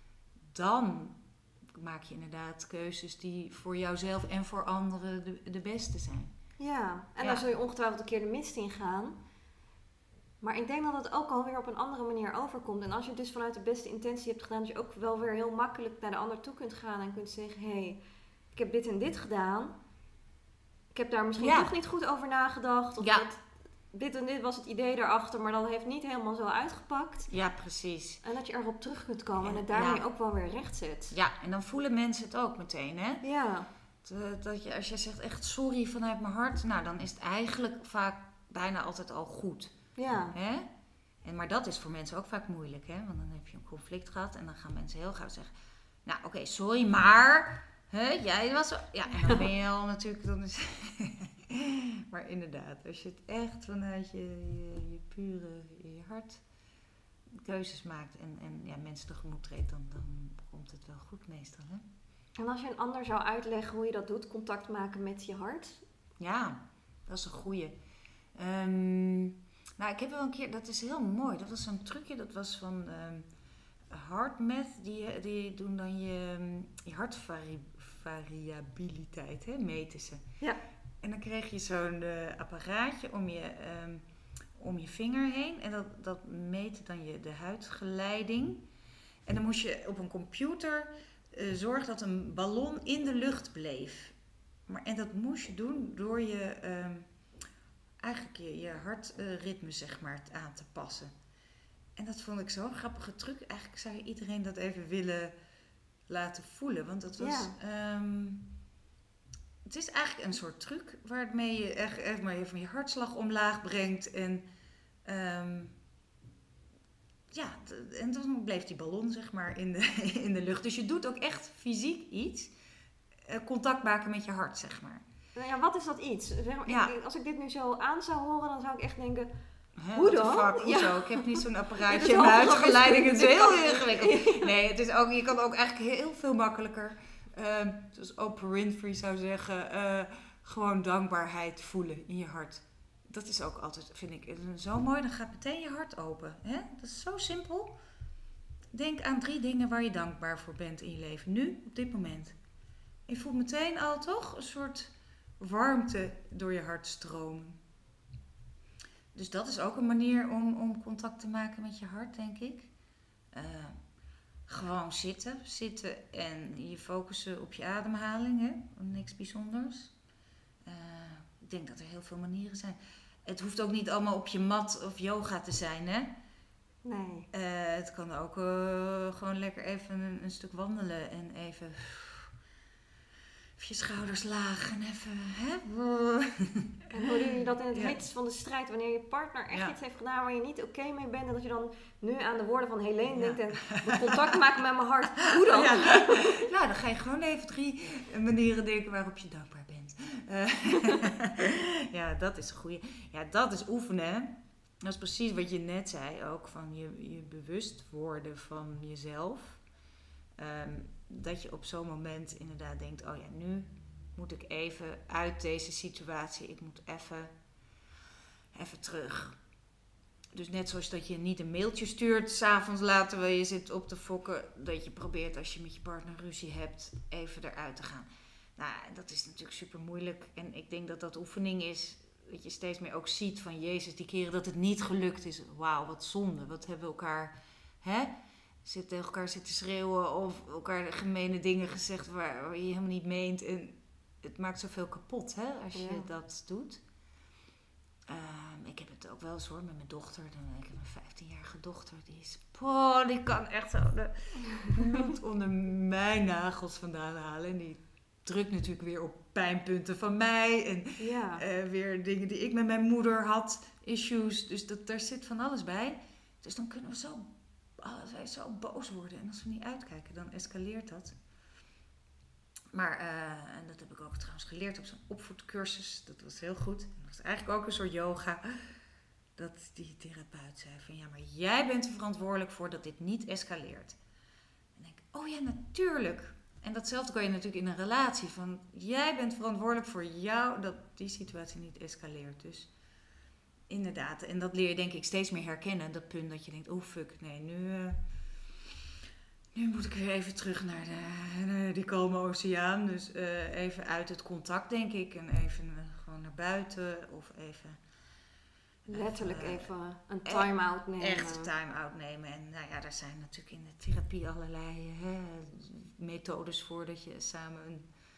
Dan maak je inderdaad keuzes die voor jouzelf en voor anderen de, de beste zijn. Ja, en ja. dan zul je ongetwijfeld een keer de mist ingaan. Maar ik denk dat het ook alweer op een andere manier overkomt. En als je het dus vanuit de beste intentie hebt gedaan, dat je ook wel weer heel makkelijk naar de ander toe kunt gaan en kunt zeggen, hé, hey, ik heb dit en dit gedaan. Ik heb daar misschien Ja. toch niet goed over nagedacht. Of Ja. dat, dit en dit was het idee daarachter, maar dat heeft niet helemaal zo uitgepakt. Ja, precies. En dat je erop terug kunt komen Ja, en het daarmee ja. ook wel weer recht zet. Ja, en dan voelen mensen het ook meteen, hè? Ja. Dat, dat je, als je zegt echt sorry vanuit mijn hart, nou dan is het eigenlijk vaak bijna altijd al goed. Ja. Hè? En, maar dat is voor mensen ook vaak moeilijk, hè? Want dan heb je een conflict gehad en dan gaan mensen heel gauw zeggen, nou oké, okay, sorry, maar hè, jij was... Ja, en dan ben je al natuurlijk... Dan is maar inderdaad, als je het echt vanuit je, je, je pure je hart keuzes maakt en, en ja, mensen tegemoet treedt, dan, dan komt het wel goed meestal, hè? En als je een ander zou uitleggen hoe je dat doet, contact maken met je hart? Ja, dat is een goeie. Um, nou, ik heb wel een keer, dat is heel mooi, dat was zo'n trucje, dat was van um, HeartMath, die, die doen dan je, je hartvariabiliteit, hè, meten ze. Ja. En dan kreeg je zo'n uh, apparaatje om je, um, om je vinger heen en dat, dat meette dan je, de huidgeleiding. En dan moest je op een computer uh, zorgen dat een ballon in de lucht bleef. Maar, en dat moest je doen door je, um, eigenlijk je, je hartritme zeg maar aan te passen. En dat vond ik zo'n grappige truc. Eigenlijk zou je iedereen dat even willen laten voelen. Want dat was... Ja. Um, het is eigenlijk een soort truc waarmee je echt, echt maar even je hartslag omlaag brengt. En, um, ja, t- en dan bleef die ballon zeg maar in de, in de lucht. Dus je doet ook echt fysiek iets. Uh, contact maken met je hart, zeg maar. Nou ja, wat is dat iets? Zeg maar, ja. ik, als ik dit nu zo aan zou horen, dan zou ik echt denken... Hè, hoe dan? Fuck, ja. hoezo? Ik heb niet zo'n apparaatje in mijn huidgeleiding. Het is heel ingewikkeld. Nee, het is ook, je kan ook eigenlijk heel veel makkelijker... Uh, zoals Oprah Winfrey zou zeggen, uh, gewoon dankbaarheid voelen in je hart. Dat is ook altijd, vind ik, zo mooi. Dan gaat meteen je hart open. Hè? Dat is zo simpel. Denk aan drie dingen waar je dankbaar voor bent in je leven. Nu, op dit moment. Je voelt meteen al toch een soort warmte door je hart stromen. Dus dat is ook een manier om, om contact te maken met je hart, denk ik. Uh, Gewoon zitten, zitten en je focussen op je ademhaling, hè? Niks bijzonders. Uh, ik denk dat er heel veel manieren zijn. Het hoeft ook niet allemaal op je mat of yoga te zijn, hè? Nee. Uh, het kan ook uh, gewoon lekker even een, een stuk wandelen en even, even je schouders laag en even, hè? En hoe doe je dat in het ja. heetst van de strijd, wanneer je partner echt ja. iets heeft gedaan waar je niet oké okay mee bent en dat je dan nu aan de woorden van Helene ja. denkt en moet contact maken met mijn hart. Hoe dan? Ja. Nou, dan ga je gewoon even drie manieren denken waarop je dankbaar bent. Uh, ja, dat is een goeie. Ja, dat is oefenen, hè? Dat is precies wat je net zei ook, van je, je bewust worden van jezelf. Um, dat je op zo'n moment inderdaad denkt, oh ja, nu moet ik even uit deze situatie. Ik moet even, even terug. Dus net zoals dat je niet een mailtje stuurt 's avonds later terwijl je zit op te fokken. Dat je probeert als je met je partner ruzie hebt even eruit te gaan. Nou, dat is natuurlijk super moeilijk. En ik denk dat dat oefening is dat je steeds meer ook ziet van Jezus. Die keren dat het niet gelukt is. Wauw, wat zonde. Wat hebben we elkaar... Hè? Zit tegen elkaar zitten schreeuwen of elkaar gemene dingen gezegd waar, waar je helemaal niet meent. En het maakt zoveel kapot, hè, als je ja. dat doet. Um, ik heb het ook wel eens hoor met mijn dochter. Ik heb een vijftienjarige dochter. Die is, oh, die kan echt zo de bloed onder mijn nagels vandaan halen. En die drukt natuurlijk weer op pijnpunten van mij. En ja. uh, weer dingen die ik met mijn moeder had. Issues. Dus dat, daar zit van alles bij. Dus dan kunnen we zo... Als wij zo boos worden en als we niet uitkijken, dan escaleert dat. Maar, uh, en dat heb ik ook trouwens geleerd op zo'n opvoedcursus, dat was heel goed. En dat was eigenlijk ook een soort yoga. Dat die therapeut zei van, ja, maar jij bent er verantwoordelijk voor dat dit niet escaleert. En denk ik, oh ja, natuurlijk. En datzelfde kan je natuurlijk in een relatie. Van, jij bent verantwoordelijk voor jou dat die situatie niet escaleert. Dus... Inderdaad, en dat leer je denk ik steeds meer herkennen. Dat punt dat je denkt, oh fuck, nee, nu, uh, nu moet ik weer even terug naar, de, naar die kalme oceaan. Dus uh, even uit het contact denk ik. En even uh, gewoon naar buiten of even... Letterlijk even, uh, even een time-out nemen. Echt time-out nemen. En nou ja, daar zijn natuurlijk in de therapie allerlei hè, methodes voor dat je samen een...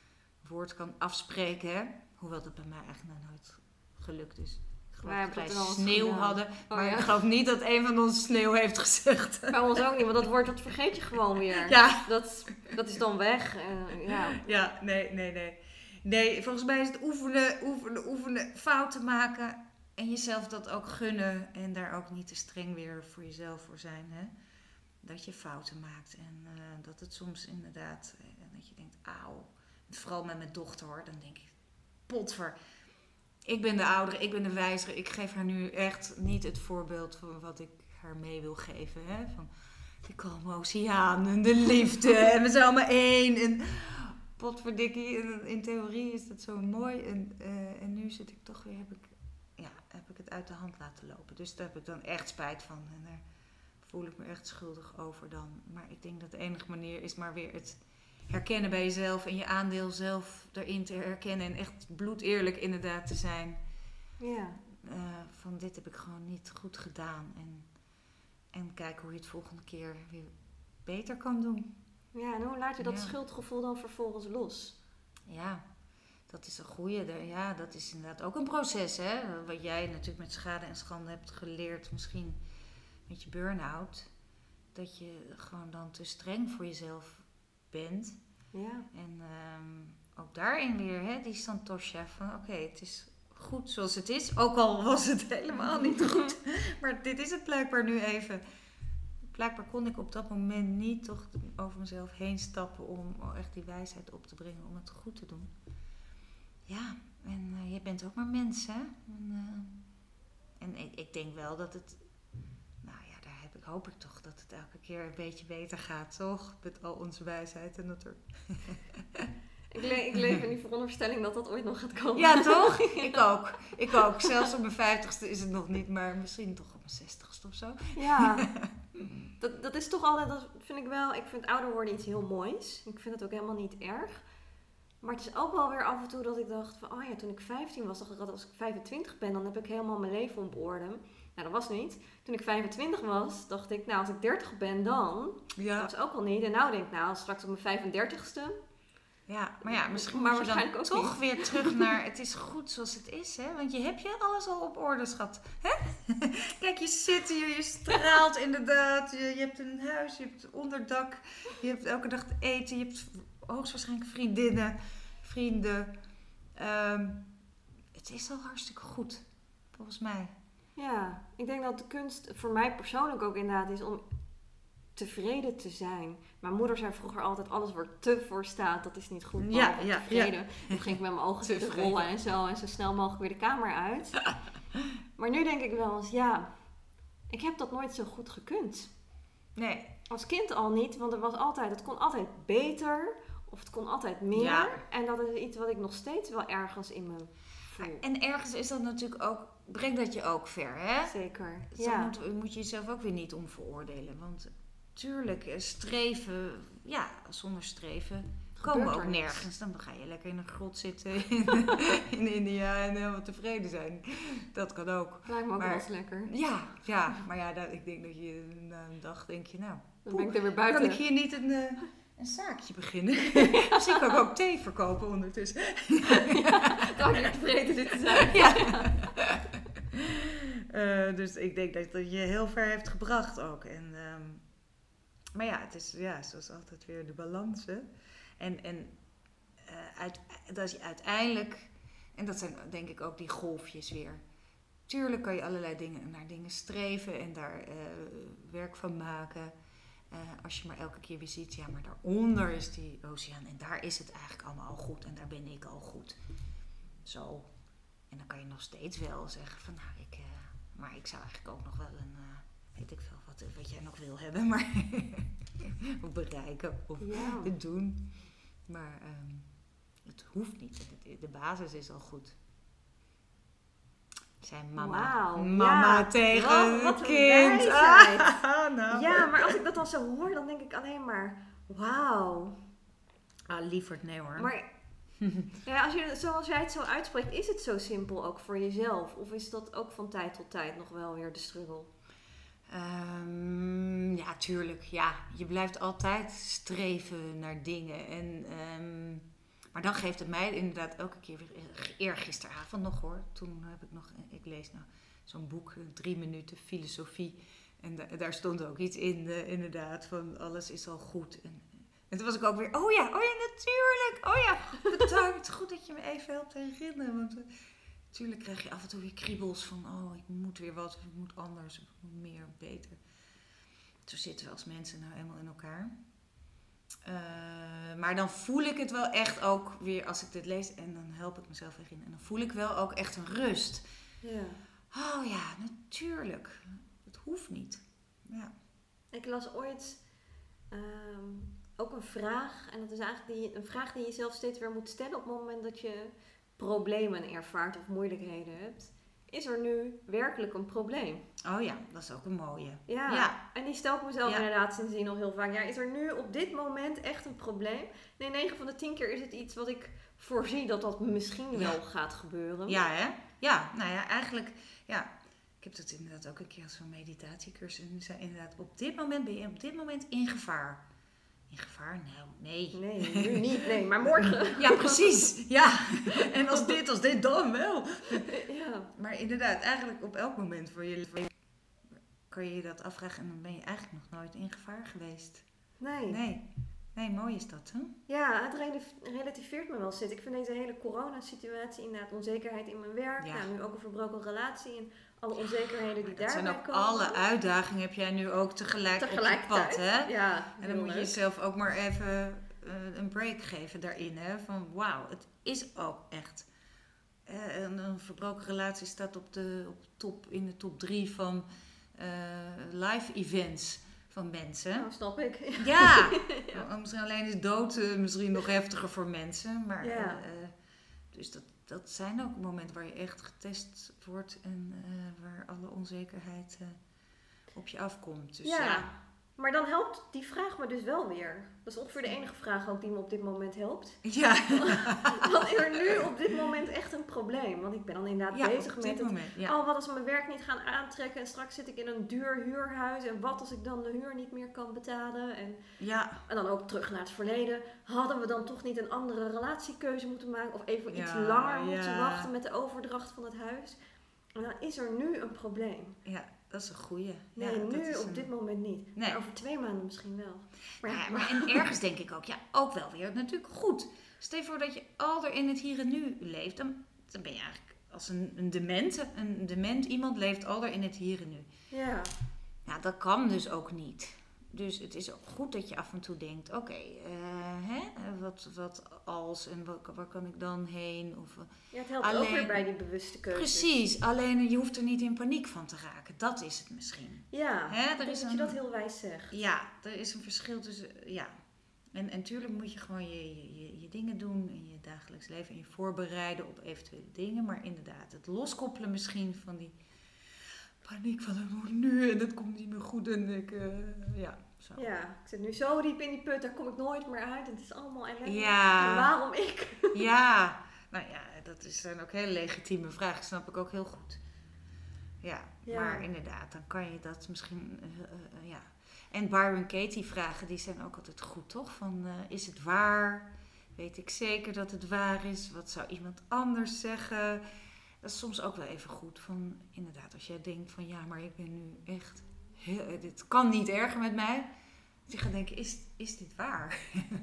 woord kan afspreken. Hè? Hoewel dat bij mij eigenlijk nog nooit gelukt is. Ik geloof Wij dat hebben wij dat wel sneeuw gedaan. hadden. Oh, Maar ja. ik geloof niet dat een van ons sneeuw heeft gezegd. Bij ons ook niet, want dat woord dat vergeet je gewoon weer. Ja. Dat, dat is dan weg. Uh, ja. Ja, nee, nee, nee. Nee, volgens mij is het oefenen, oefenen, oefenen, fouten maken. En jezelf dat ook gunnen. En daar ook niet te streng weer voor jezelf voor zijn. Hè? Dat je fouten maakt. En uh, dat het soms inderdaad, uh, dat je denkt, auw. Vooral met mijn dochter hoor, dan denk ik, potver. Ik ben de oudere, ik ben de wijzere. Ik geef haar nu echt niet het voorbeeld van wat ik haar mee wil geven. Hè? Van de kalme oceaan en de liefde en we zijn allemaal één. En potverdikkie, in, in theorie is dat zo mooi. En, uh, en nu zit ik toch weer, heb ik, ja, heb ik het uit de hand laten lopen. Dus daar heb ik dan echt spijt van. En daar voel ik me echt schuldig over dan. Maar ik denk dat de enige manier is maar weer het herkennen bij jezelf en je aandeel zelf erin te herkennen en echt bloedeerlijk inderdaad te zijn. Ja. Uh, van dit heb ik gewoon niet goed gedaan. En, en kijken hoe je het volgende keer weer beter kan doen. Ja, en hoe laat je dat Ja. schuldgevoel dan vervolgens los? Ja, dat is een goeie. Ja, dat is inderdaad ook een proces. Hè? Wat jij natuurlijk met schade en schande hebt geleerd, misschien met je burn-out. Dat je gewoon dan te streng voor jezelf bent. Ja. En um, ook daarin weer, hè, die santosha van oké, okay, het is goed zoals het is. Ook al was het helemaal niet goed. Maar dit is het blijkbaar nu even. Blijkbaar kon ik op dat moment niet toch over mezelf heen stappen om echt die wijsheid op te brengen om het goed te doen. Ja, en uh, je bent ook maar mens, hè. En, uh, en ik, ik denk wel dat het, nou ja, daar heb ik, hoop ik toch dat het elke keer een beetje beter gaat, toch? Met al onze wijsheid en dat er... Ik, le- ik leef in die veronderstelling dat dat ooit nog gaat komen. Ja, toch? Ik ook. Ik ook. Zelfs op mijn vijftigste is het nog niet, maar misschien toch op mijn zestigste of zo. Ja. Dat, dat is toch altijd, dat vind ik wel, ik vind ouder worden iets heel moois. Ik vind het ook helemaal niet erg. Maar het is ook wel weer af en toe dat ik dacht van, oh ja, toen ik vijftien was, dacht ik dat als ik vijfentwintig ben, dan heb ik helemaal mijn leven op orde. Nou, dat was niet. Toen ik vijfentwintig was, dacht ik, nou, als ik dertig ben dan, Ja. dat was ook al niet. En nou denk ik, nou, straks op mijn vijfendertigste... Ja, maar ja, misschien maar moet je dan ook toch niet. weer terug naar het is goed zoals het is, hè? Want je hebt je alles al op orde, schat. Hè? Kijk, je zit hier, je straalt inderdaad. Je, je hebt een huis, je hebt onderdak. Je hebt elke dag te eten. Je hebt hoogstwaarschijnlijk vriendinnen, vrienden. Um, het is al hartstikke goed, volgens mij. Ja, ik denk dat de kunst voor mij persoonlijk ook inderdaad is om tevreden te zijn. Mijn moeder zei vroeger altijd, alles waar te voor staat, dat is niet goed. Ja, maar ja, tevreden. ja. Dan ging ik met mijn ogen zitten rollen en zo. En zo snel mogelijk weer de kamer uit. Maar nu denk ik wel eens, ja, ik heb dat nooit zo goed gekund. Nee. Als kind al niet, want er was altijd, het kon altijd beter. Of het kon altijd meer. Ja. En dat is iets wat ik nog steeds wel ergens in me voel. En ergens is dat natuurlijk ook, brengt dat je ook ver, hè? Zeker, Dus ja. dan moet, moet je jezelf ook weer niet om veroordelen. Want tuurlijk, streven, ja, zonder streven komen we ook niks. nergens. Dan ga je lekker in een grot zitten in, in India en helemaal tevreden zijn. Dat kan ook. Lijkt me ook Maar- wel eens lekker. Ja, ja, maar ja, dat, ik denk dat je na een dag denk je, nou, Dan ben ik er weer buiten. kan ik hier niet een, eh, een zaakje beginnen? Misschien kan ik ook thee verkopen ondertussen. Dan je tevreden zit te zijn. Ja. Uh, dus ik denk dat dat je heel ver heeft gebracht ook. En, um, maar ja, het is ja, zoals altijd weer de balans. Hè? En, en uh, uit, dat je uiteindelijk, en dat zijn denk ik ook die golfjes weer. Tuurlijk kan je allerlei dingen naar dingen streven en daar uh, werk van maken. Uh, als je maar elke keer weer ziet, ja, maar daaronder is die oceaan en daar is het eigenlijk allemaal al goed en daar ben ik al goed. Zo. En dan kan je nog steeds wel zeggen van, nou, ik, uh, maar ik zou eigenlijk ook nog wel een, uh, weet ik veel, wat, wat jij nog wil hebben, maar of bereiken of Ja. het doen. Maar um, het hoeft niet. De, de basis is al goed. Zijn mama, Wauw, mama ja. tegen Wat- wat het een kind. wijsheid. Ah, nou. Ja, maar als ik dat dan zo hoor, dan denk ik alleen maar, wauw. Ah, lieverd, nee hoor. Maar ja, als je, zoals jij het zo uitspreekt, is het zo simpel ook voor jezelf? Of is dat ook van tijd tot tijd nog wel weer de struggle? Um, ja, tuurlijk. Ja, je blijft altijd streven naar dingen. En, um, maar Maar dan geeft het mij inderdaad elke keer weer, eergisteravond nog hoor. Toen heb ik nog, ik lees nou zo'n boek, drie minuten filosofie. En da- daar stond ook iets in, uh, inderdaad, van alles is al goed. En, en toen was ik ook weer, oh ja, oh ja, natuurlijk. Oh ja, bedankt. Goed dat je me even helpt herinneren. Want uh, natuurlijk krijg je af en toe weer kriebels van, oh, ik moet weer wat, of ik moet anders, of ik moet meer, of beter. Zo zitten we als mensen nou eenmaal in elkaar. Uh, maar dan voel ik het wel echt ook weer als ik dit lees en dan help ik mezelf erin. En dan voel ik wel ook echt een rust. Ja. Oh ja, natuurlijk. Het hoeft niet. Ja. Ik las ooit um, ook een vraag. En dat is eigenlijk die, een vraag die je zelf steeds weer moet stellen op het moment dat je problemen ervaart of moeilijkheden hebt. Is er nu werkelijk een probleem? Oh ja, dat is ook een mooie. Ja, ja. En die stel ik mezelf ja. inderdaad sindsdien nog heel vaak. Ja, is er nu op dit moment echt een probleem? Nee, negen van de tien keer is het iets wat ik voorzie dat dat misschien wel ja. gaat gebeuren. Ja, hè? Ja, nou ja, eigenlijk, ja. Ik heb dat inderdaad ook een keer als zo'n meditatiecursus. En zei inderdaad, op dit moment ben je op dit moment in gevaar. In gevaar? Nou, nee. Nee, nu niet. Nee, maar morgen. Ja, precies. Ja. En als dit, als dit, dan wel. Ja. Maar inderdaad, eigenlijk op elk moment voor je, voor je, kan je je dat afvragen. En dan ben je eigenlijk nog nooit in gevaar geweest. Nee. Nee. Nee, mooi is dat, hè? Ja, het relativeert me wel zit. Ik vind deze hele coronasituatie inderdaad onzekerheid in mijn werk. Ja. Nou, nu ook een verbroken relatie en alle onzekerheden die dat daarbij zijn ook komen. Alle uitdagingen heb jij nu ook tegelijk op je pad, hè? Ja, en dan moet je jezelf ook maar even uh, een break geven daarin, hè? Van wauw, het is ook echt. Uh, een, een verbroken relatie staat op de, op top, in de top drie van uh, live events van mensen. Nou, snap ik. Ja, ja. Misschien alleen is dood uh, misschien nog heftiger voor mensen. Maar ja. uh, dus dat, dat zijn ook momenten waar je echt getest wordt en uh, waar alle onzekerheid uh, op je afkomt. Dus, ja. ja, maar dan helpt die vraag me dus wel weer. Dat is ongeveer de enige vraag ook die me op dit moment helpt. Ja. Wat is er nu op dit moment echt een probleem? Want ik ben dan inderdaad ja, bezig met het, moment, ja. oh, wat als mijn werk niet gaan aantrekken en straks zit ik in een duur huurhuis en wat als ik dan de huur niet meer kan betalen? En, ja. en dan ook terug naar het verleden. Hadden we dan toch niet een andere relatiekeuze moeten maken of even ja, iets langer ja. moeten wachten met de overdracht van het huis? En dan is er nu een probleem. Ja. Dat is een goeie. Nee, ja, nu op een... dit moment niet. Nee. Maar over twee maanden misschien wel. Maar, ja, maar en ergens denk ik ook, ja, ook wel weer natuurlijk goed. Stel je voor dat je al er in het hier en nu leeft. Dan, dan ben je eigenlijk als een, een demente. Een dement iemand leeft al er in het hier en nu. Ja. Ja, dat kan dus ook niet. Dus het is ook goed dat je af en toe denkt, oké, okay, uh, wat, wat als en wat, waar kan ik dan heen? Of, ja, het helpt alleen, ook weer bij die bewuste keuze. Precies, alleen je hoeft er niet in paniek van te raken. Dat is het misschien. Ja, Hè, ik denk is dat een, je dat heel wijs zegt. Ja, er is een verschil tussen, ja. En, en tuurlijk moet je gewoon je, je, je dingen doen in je dagelijks leven en je voorbereiden op eventuele dingen. Maar inderdaad, het loskoppelen misschien van die paniek van het moet nu en het komt niet meer goed en ik, uh, ja, zo. Ja, ik zit nu zo diep in die put, daar kom ik nooit meer uit en het is allemaal ellende. Ja. En waarom ik? Ja, nou ja, dat is dan ook een hele legitieme vraag, dat snap ik ook heel goed. Ja, ja. Maar inderdaad, dan kan je dat misschien, uh, uh, ja. En Byron Katie vragen, die zijn ook altijd goed, toch? Van, uh, is het waar? Weet ik zeker dat het waar is? Wat zou iemand anders zeggen? Dat is soms ook wel even goed. Van, inderdaad, als jij denkt van, ja, maar ik ben nu echt, heel, dit kan niet erger met mij. Dat je gaat denken, is, is dit waar?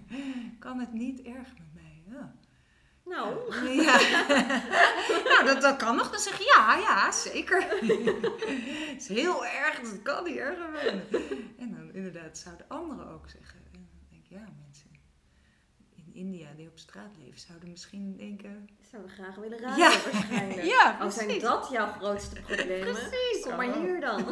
Kan het niet erger met mij? Ja. Nou. Ja. Nou, dat, dat kan nog. Dan zeg je, ja, ja, zeker. Het is heel erg, dat kan niet erger worden. En dan inderdaad zouden anderen ook zeggen. En dan denk ik, ja, mensen in India die op straat leven, zouden misschien denken... Zouden graag willen raken, ja. waarschijnlijk. Ja, Al zijn dat jouw grootste problemen, precies. kom maar hier dan.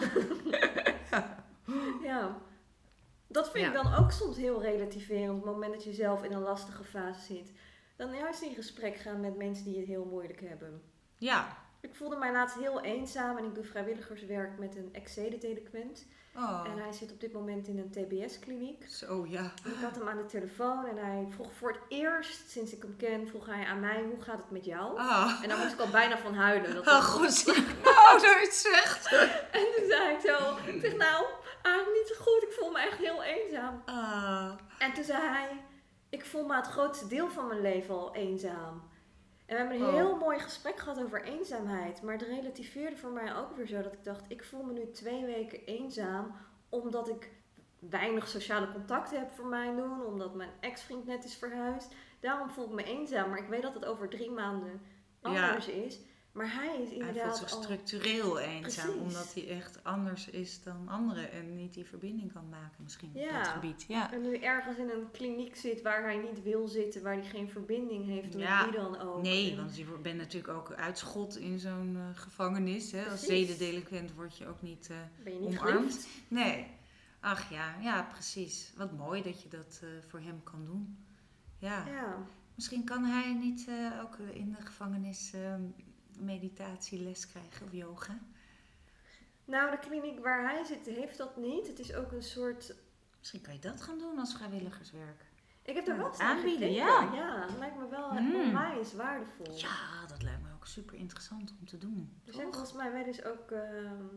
Ja. Ja. Dat vind ja. ik dan ook soms heel relativerend. Op het moment dat je zelf in een lastige fase zit. Dan juist in gesprek gaan met mensen die het heel moeilijk hebben. Ja. Ik voelde mij laatst heel eenzaam en ik doe vrijwilligerswerk met een ex-zedendelinquent. Oh. En hij zit op dit moment in een T B S-kliniek. Zo, ja. Ik had hem aan de telefoon en hij vroeg voor het eerst, sinds ik hem ken, vroeg hij aan mij, hoe gaat het met jou? Oh. En daar moest ik al bijna van huilen. Dat oh, god. Nou, dat is zegt. En toen zei ik zo, ik zeg nou, eigenlijk niet zo goed, ik voel me echt heel eenzaam. Oh. En toen zei hij, ik voel me het grootste deel van mijn leven al eenzaam. En we hebben een Oh. heel mooi gesprek gehad over eenzaamheid. Maar het relativeerde voor mij ook weer zo dat ik dacht, ik voel me nu twee weken eenzaam. Omdat ik weinig sociale contacten heb voor mijn doen. Omdat mijn ex-vriend net is verhuisd. Daarom voel ik me eenzaam. Maar ik weet dat het over drie maanden anders is. Maar hij is Hij inderdaad voelt zich al... structureel eenzaam, Precies. omdat hij echt anders is dan anderen en niet die verbinding kan maken misschien op Ja. dat gebied. Ja. En nu ergens in een kliniek zit waar hij niet wil zitten, waar hij geen verbinding heeft met Ja. wie dan ook. Nee, En- want je wordt- bent natuurlijk ook uitschot in zo'n eh, gevangenis. Hè? Als Precies. zedendelinquent word je ook niet eh, ben je niet omarmd. geliefd? Nee. Ach ja, ja, precies. Wat mooi dat je dat eh, voor hem kan doen. Ja. Ja. Misschien kan hij niet eh, ook in de gevangenis eh, meditatieles krijgen of yoga. Nou, de kliniek waar hij zit heeft dat niet. Het is ook een soort... Misschien kan je dat gaan doen als vrijwilligerswerk. Ik heb daar Ja, wel het eens naar aanbieden, gekeken. ja. Ja, het lijkt me wel Mm. onwijs waardevol. Ja, dat lijkt me ook super interessant om te doen. Er zijn Toch? volgens mij wel eens ook ehm,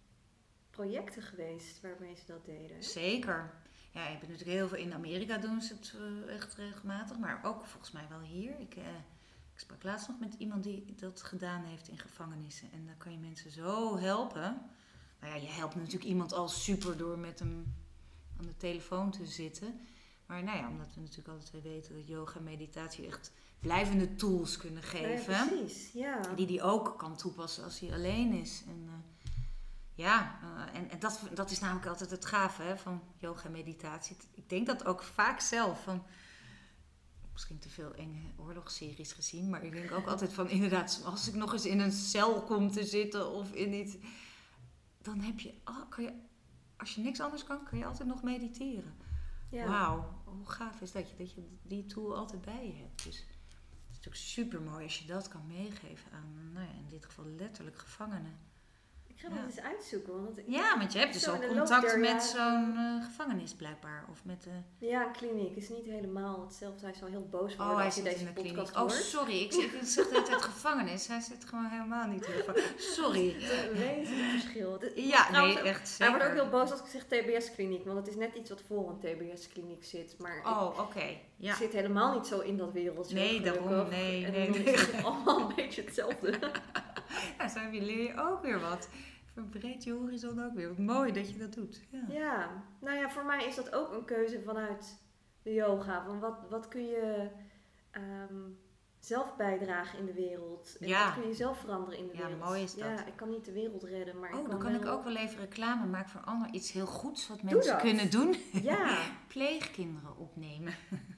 projecten geweest waarmee ze dat deden. hè? Zeker. Ja, ik ben natuurlijk heel veel in Amerika doen ze het eh, echt regelmatig, maar ook volgens mij wel hier. Ik, eh, ik sprak laatst nog met iemand die dat gedaan heeft in gevangenissen. En dan kan je mensen zo helpen. Nou ja, je helpt natuurlijk iemand al super door met hem aan de telefoon te zitten. Maar nou ja, omdat we natuurlijk alle twee weten dat yoga en meditatie echt blijvende tools kunnen geven. Ja, precies. Ja. Die hij ook kan toepassen als hij alleen is. En uh, ja, uh, en, en dat, dat is namelijk altijd het gave hè, van yoga en meditatie. Ik denk dat ook vaak zelf van... Misschien te veel enge oorlogsseries gezien. Maar ik denk ook altijd van inderdaad... Als ik nog eens in een cel kom te zitten of in iets... Dan heb je... Oh, kan je als je niks anders kan, kan je altijd nog mediteren. Ja. Wauw, hoe gaaf is dat je, dat je die tool altijd bij je hebt. Dus het is natuurlijk super mooi als je dat kan meegeven aan, nou ja, in dit geval letterlijk gevangenen. Ik ga Ja. dat eens uitzoeken. Want het, Ja, want je hebt dus Zo in ook de loop contact der met jaren- zo'n eh, gevangenis blijkbaar. Of met de... Ja, een kliniek is niet helemaal hetzelfde. Hij zal heel boos worden Oh, hij als hij zit deze in de podcast kliniek. Oh, hoort. sorry. Ik, ik zeg de hele tijd gevangenis. Hij zit gewoon helemaal niet in de gevangenis. Sorry. Het is een wezenlijk verschil. Het- Ja, trouwens nee, ook- echt zeker. Hij wordt ook heel boos als ik zeg T B S-kliniek, want het is net iets wat voor een T B S-kliniek zit. Maar ik Oh, oké. Ja. zit helemaal niet zo in dat wereldje. Nee, gelukkig. daarom. Nee, en nee, dan nee. is het allemaal een beetje hetzelfde. Ja, zo leer je ook weer wat. Verbreed je horizon ook weer. Wat mooi dat je dat doet. Ja. Ja, nou ja, voor mij is dat ook een keuze vanuit de yoga. Van wat, wat kun je ehm, zelf bijdragen in de wereld? En Ja. wat kun je zelf veranderen in de Ja, wereld? mooi is dat. Ja, ik kan niet de wereld redden, maar ik Oh, kan dan kan wel... ik ook wel even reclame maken voor anderen. Iets heel goeds wat Doe mensen dat. kunnen doen. Ja, Pleegkinderen opnemen.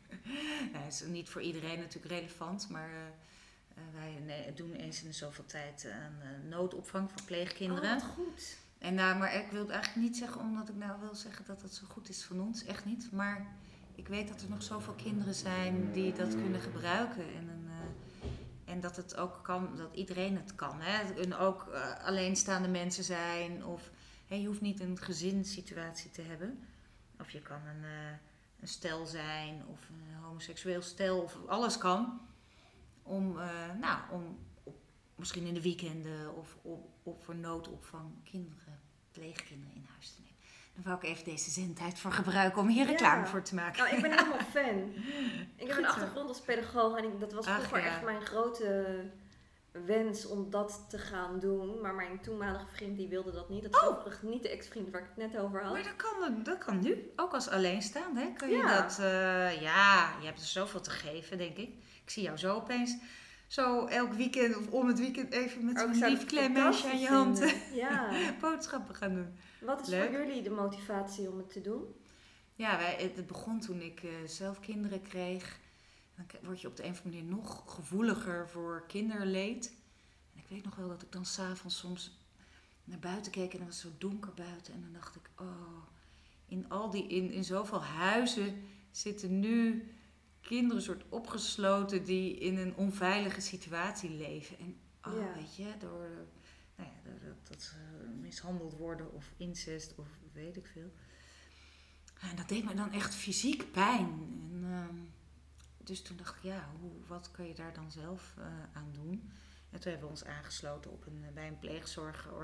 Ja, dat is niet voor iedereen natuurlijk relevant, maar uh, uh, wij nee, doen eens in de zoveel tijd een uh, noodopvang voor oh, pleegkinderen. wat goed. En nou, maar ik wil het eigenlijk niet zeggen omdat ik nou wil zeggen dat het zo goed is van ons, echt niet. Maar ik weet dat er nog zoveel kinderen zijn die dat kunnen gebruiken. En, een, uh, en dat het ook kan, dat iedereen het kan. Hè? En ook uh, alleenstaande mensen zijn. Of hey, je hoeft niet een gezinssituatie te hebben. Of je kan een, uh, een stel zijn of een homoseksueel stel of alles kan. Om, uh, nou, om op, misschien in de weekenden of op, op voor noodopvang kinderen, pleegkinderen in huis te nemen. Dan wou ik even deze zendtijd voor gebruiken om hier reclame Ja. voor te maken. Nou, ik ben helemaal fan. Ik heb Goed een zo. achtergrond als pedagoog en ik, dat was Ach, vroeger ja. echt mijn grote wens om dat te gaan doen. Maar mijn toenmalige vriend die wilde dat niet. Dat is Oh. overigens niet de ex-vriend waar ik het net over had. Maar dat kan, dat kan nu, ook als alleenstaande. Hè? Kan je Ja. dat, uh, ja, je hebt er zoveel te geven, denk ik. Ik zie jou zo opeens, zo elk weekend of om het weekend even met Oh, ik zo'n zou lief het klein meisje aan je hand fantastisch vinden. Ja. boodschappen gaan doen. Wat is Leuk. voor jullie de motivatie om het te doen? Ja, wij, het het begon toen ik uh, zelf kinderen kreeg. Dan k- word je op de een of andere manier nog gevoeliger voor kinderleed. En ik weet nog wel dat ik dan s'avonds soms naar buiten keek en dan was het zo donker buiten. En dan dacht ik, oh, in, al die, in, in zoveel huizen zitten nu kinderen soort opgesloten die in een onveilige situatie leven. En oh, Ja. weet je, door, nou ja, door dat, dat ze mishandeld worden of incest of weet ik veel. En dat deed me dan echt fysiek pijn. En, uh, dus toen dacht ik, ja, hoe, wat kun je daar dan zelf uh, aan doen? En toen hebben we ons aangesloten op een, bij een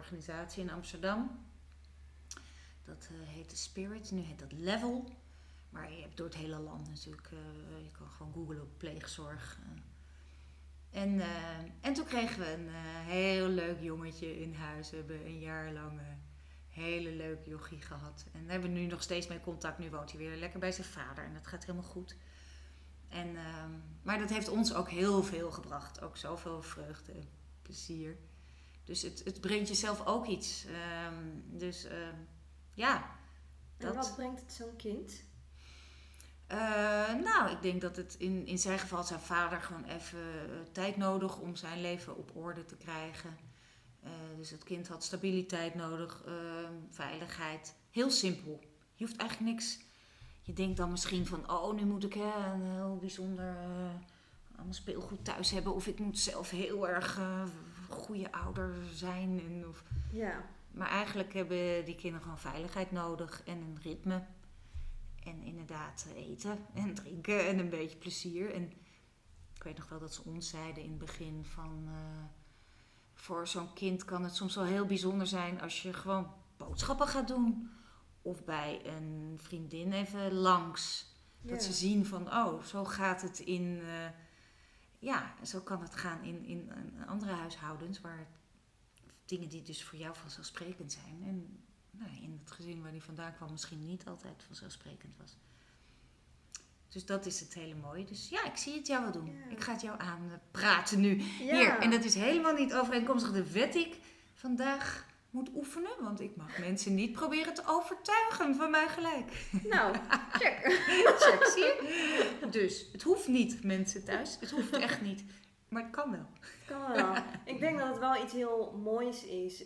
pleegzorgorganisatie in Amsterdam. Dat uh, heette Spirit, nu heet dat Level. Maar je hebt door het hele land natuurlijk, uh, je kan gewoon googlen op pleegzorg. Uh. En, uh, en toen kregen we een uh, heel leuk jongetje in huis. We hebben een jaar lang een hele leuke jochie gehad. En daar hebben we nu nog steeds mee contact. Nu woont hij weer lekker bij zijn vader en dat gaat helemaal goed. En, uh, maar dat heeft ons ook heel veel gebracht. Ook zoveel vreugde en plezier. Dus het, het brengt jezelf ook iets. Um, dus uh, ja. Dat... En wat brengt het zo'n kind? Uh, nou, ik denk dat het in, in zijn geval zijn vader gewoon even uh, tijd nodig om zijn leven op orde te krijgen. Uh, dus het kind had stabiliteit nodig, uh, veiligheid. Heel simpel. Je hoeft eigenlijk niks. Je denkt dan misschien van, oh, nu moet ik hè, een heel bijzonder uh, allemaal speelgoed thuis hebben. Of ik moet zelf heel erg uh, goede ouder zijn. En, of... Ja. Maar eigenlijk hebben die kinderen gewoon veiligheid nodig en een ritme. En inderdaad eten en drinken en een beetje plezier. En ik weet nog wel dat ze ons zeiden in het begin van... Uh, voor zo'n kind kan het soms wel heel bijzonder zijn als je gewoon boodschappen gaat doen. Of bij een vriendin even langs. Dat ja. ze zien van, oh, zo gaat het in... Uh, ja, zo kan het gaan in, in, in andere huishoudens. Waar dingen die dus voor jou vanzelfsprekend zijn. En nou, in het gezin waar die vandaan kwam misschien niet altijd vanzelfsprekend was. Dus dat is het hele mooie. Dus ja, ik zie het jou wel doen. Ja. Ik ga het jou aanpraten nu. Ja. Hier. En dat is helemaal niet overeenkomstig de wet die ik vandaag moet oefenen. Want ik mag mensen niet proberen te overtuigen van mij gelijk. Nou, check. Check, zie je? Dus het hoeft niet, mensen thuis. Het hoeft echt niet. Maar het kan wel. Het kan wel. Ik denk dat het wel iets heel moois is.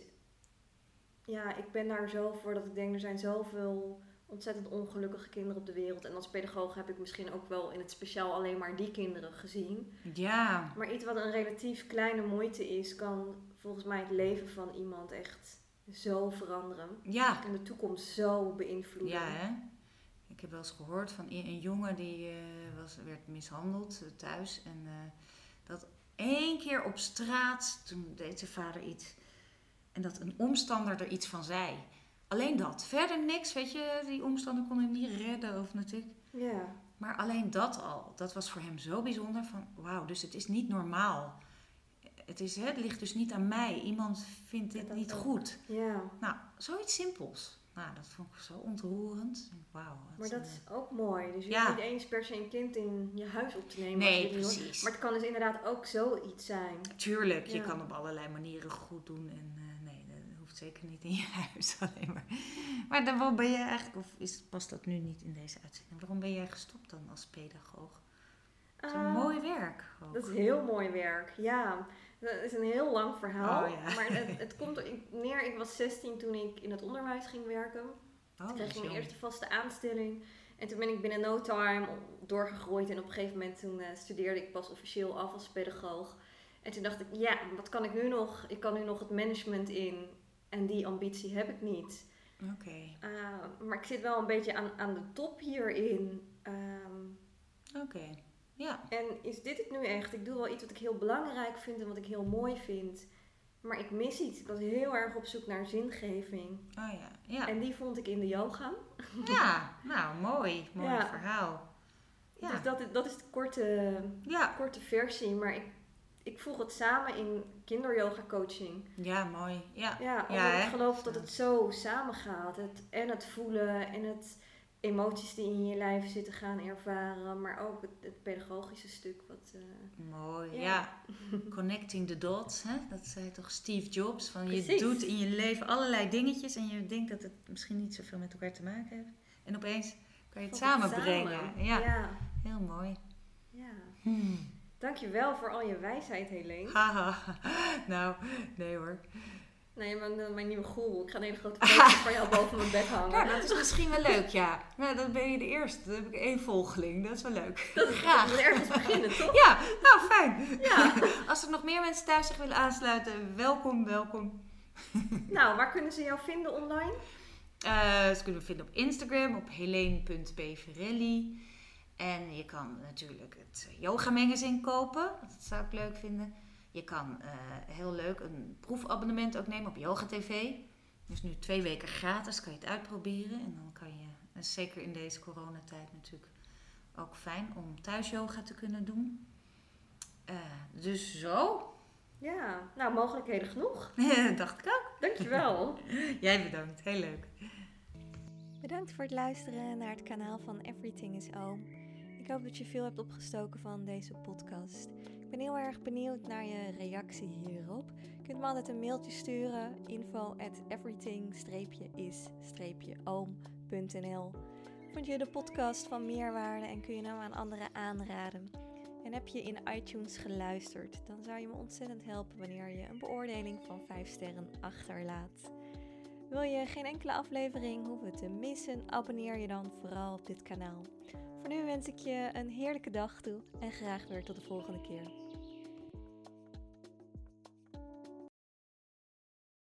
Ja, ik ben daar zo voor dat ik denk, er zijn zoveel ontzettend ongelukkige kinderen op de wereld. En als pedagoog heb ik misschien ook wel in het speciaal alleen maar die kinderen gezien. Ja. Maar iets wat een relatief kleine moeite is, kan volgens mij het leven van iemand echt zo veranderen. Ja. En de toekomst zo beïnvloeden. Ja, hè? Ik heb wel eens gehoord van een jongen die uh, was, werd mishandeld uh, thuis. En uh, dat één keer op straat, toen deed zijn vader iets. En dat een omstander er iets van zei. Alleen dat. Verder niks, weet je. Die omstander kon hem niet redden of natuurlijk. Ja. Maar alleen dat al. Dat was voor hem zo bijzonder. Van wauw, dus het is niet normaal. Het, is, het ligt dus niet aan mij. Iemand vindt dit niet ook goed. Ja. Nou, zoiets simpels. Nou, dat vond ik zo ontroerend. Wauw. Maar dat is ook mooi. Dus je ja. hoeft niet eens per se een kind in je huis op te nemen. Nee, als je precies. Hoort. Maar het kan dus inderdaad ook zoiets zijn. Tuurlijk, je ja. kan op allerlei manieren goed doen. En uh, nee, dat hoeft zeker niet in je huis alleen maar. Maar dan, waarom ben je eigenlijk, of is, past dat nu niet in deze uitzending? Waarom ben jij gestopt dan als pedagoog? Dat is een uh, mooi werk. Ook. Dat is heel mooi werk, ja. Dat is een heel lang verhaal. Oh, ja. Maar het, het komt er neer, ik was zestien toen ik in het onderwijs ging werken. Oh, toen kreeg ik mijn eerste vaste aanstelling. En toen ben ik binnen no time doorgegroeid. En op een gegeven moment toen uh, studeerde ik pas officieel af als pedagoog. En toen dacht ik, ja, wat kan ik nu nog? Ik kan nu nog het management in. En die ambitie heb ik niet. Oké. Okay. Uh, maar ik zit wel een beetje aan, aan de top hierin. Um, Oké. Okay. Ja. En is dit het nu echt? Ik doe wel iets wat ik heel belangrijk vind en wat ik heel mooi vind. Maar ik mis iets. Ik was heel erg op zoek naar zingeving. Oh ja, ja. En die vond ik in de yoga. Ja, nou mooi. Mooi ja. verhaal. Ja. Dus dat, dat is de korte, ja. korte versie. Maar ik, ik voeg het samen in kinderyoga coaching. Ja, mooi. Ja, ja omdat ja, ik geloof dat het zo samengaat. Het, en het voelen en het... emoties die in je lijf zitten gaan ervaren, maar ook het, het pedagogische stuk. Wat, uh, Mooi, ja. ja. Connecting the dots, hè? Dat zei toch Steve Jobs. Van je Precies. doet in je leven allerlei dingetjes en je denkt dat het misschien niet zoveel met elkaar te maken heeft. En opeens kan je het Vond samenbrengen. Samen. Ja. ja, heel mooi. Ja. Hmm. Dankjewel voor al je wijsheid, Helene. Haha, nou, nee hoor. Nee, mijn, mijn nieuwe goeroe. Ik ga een hele grote poster van jou boven mijn bed hangen. Ja, dat is misschien wel leuk, ja. Nou, dan ben je de eerste. Dan heb ik één volgeling. Dat is wel leuk. Dat is graag. We ergens beginnen, toch? Ja, nou fijn. Ja. Als er nog meer mensen thuis zich willen aansluiten, welkom, welkom. Nou, waar kunnen ze jou vinden online? Uh, ze kunnen we vinden op Instagram, op helene punt peverelli. En je kan natuurlijk het yoga magazine kopen. Dat zou ik leuk vinden. Je kan uh, heel leuk een proefabonnement ook nemen op Yoga T V. Dus nu twee weken gratis, kan je het uitproberen. En dan kan je, en zeker in deze coronatijd natuurlijk ook fijn om thuis yoga te kunnen doen. Uh, dus zo. Ja, nou mogelijkheden genoeg. Dacht ik ook. Dankjewel. Jij bedankt, heel leuk. Bedankt voor het luisteren naar het kanaal van Everything is Oom. Ik hoop dat je veel hebt opgestoken van deze podcast. Ik ben heel erg benieuwd naar je reactie hierop. Je kunt me altijd een mailtje sturen, info at everything is oom punt n l. Vond je de podcast van meerwaarde en kun je hem aan anderen aanraden? En heb je in iTunes geluisterd, dan zou je me ontzettend helpen wanneer je een beoordeling van vijf sterren achterlaat. Wil je geen enkele aflevering hoeven te missen, abonneer je dan vooral op dit kanaal. Voor nu wens ik je een heerlijke dag toe en graag weer tot de volgende keer.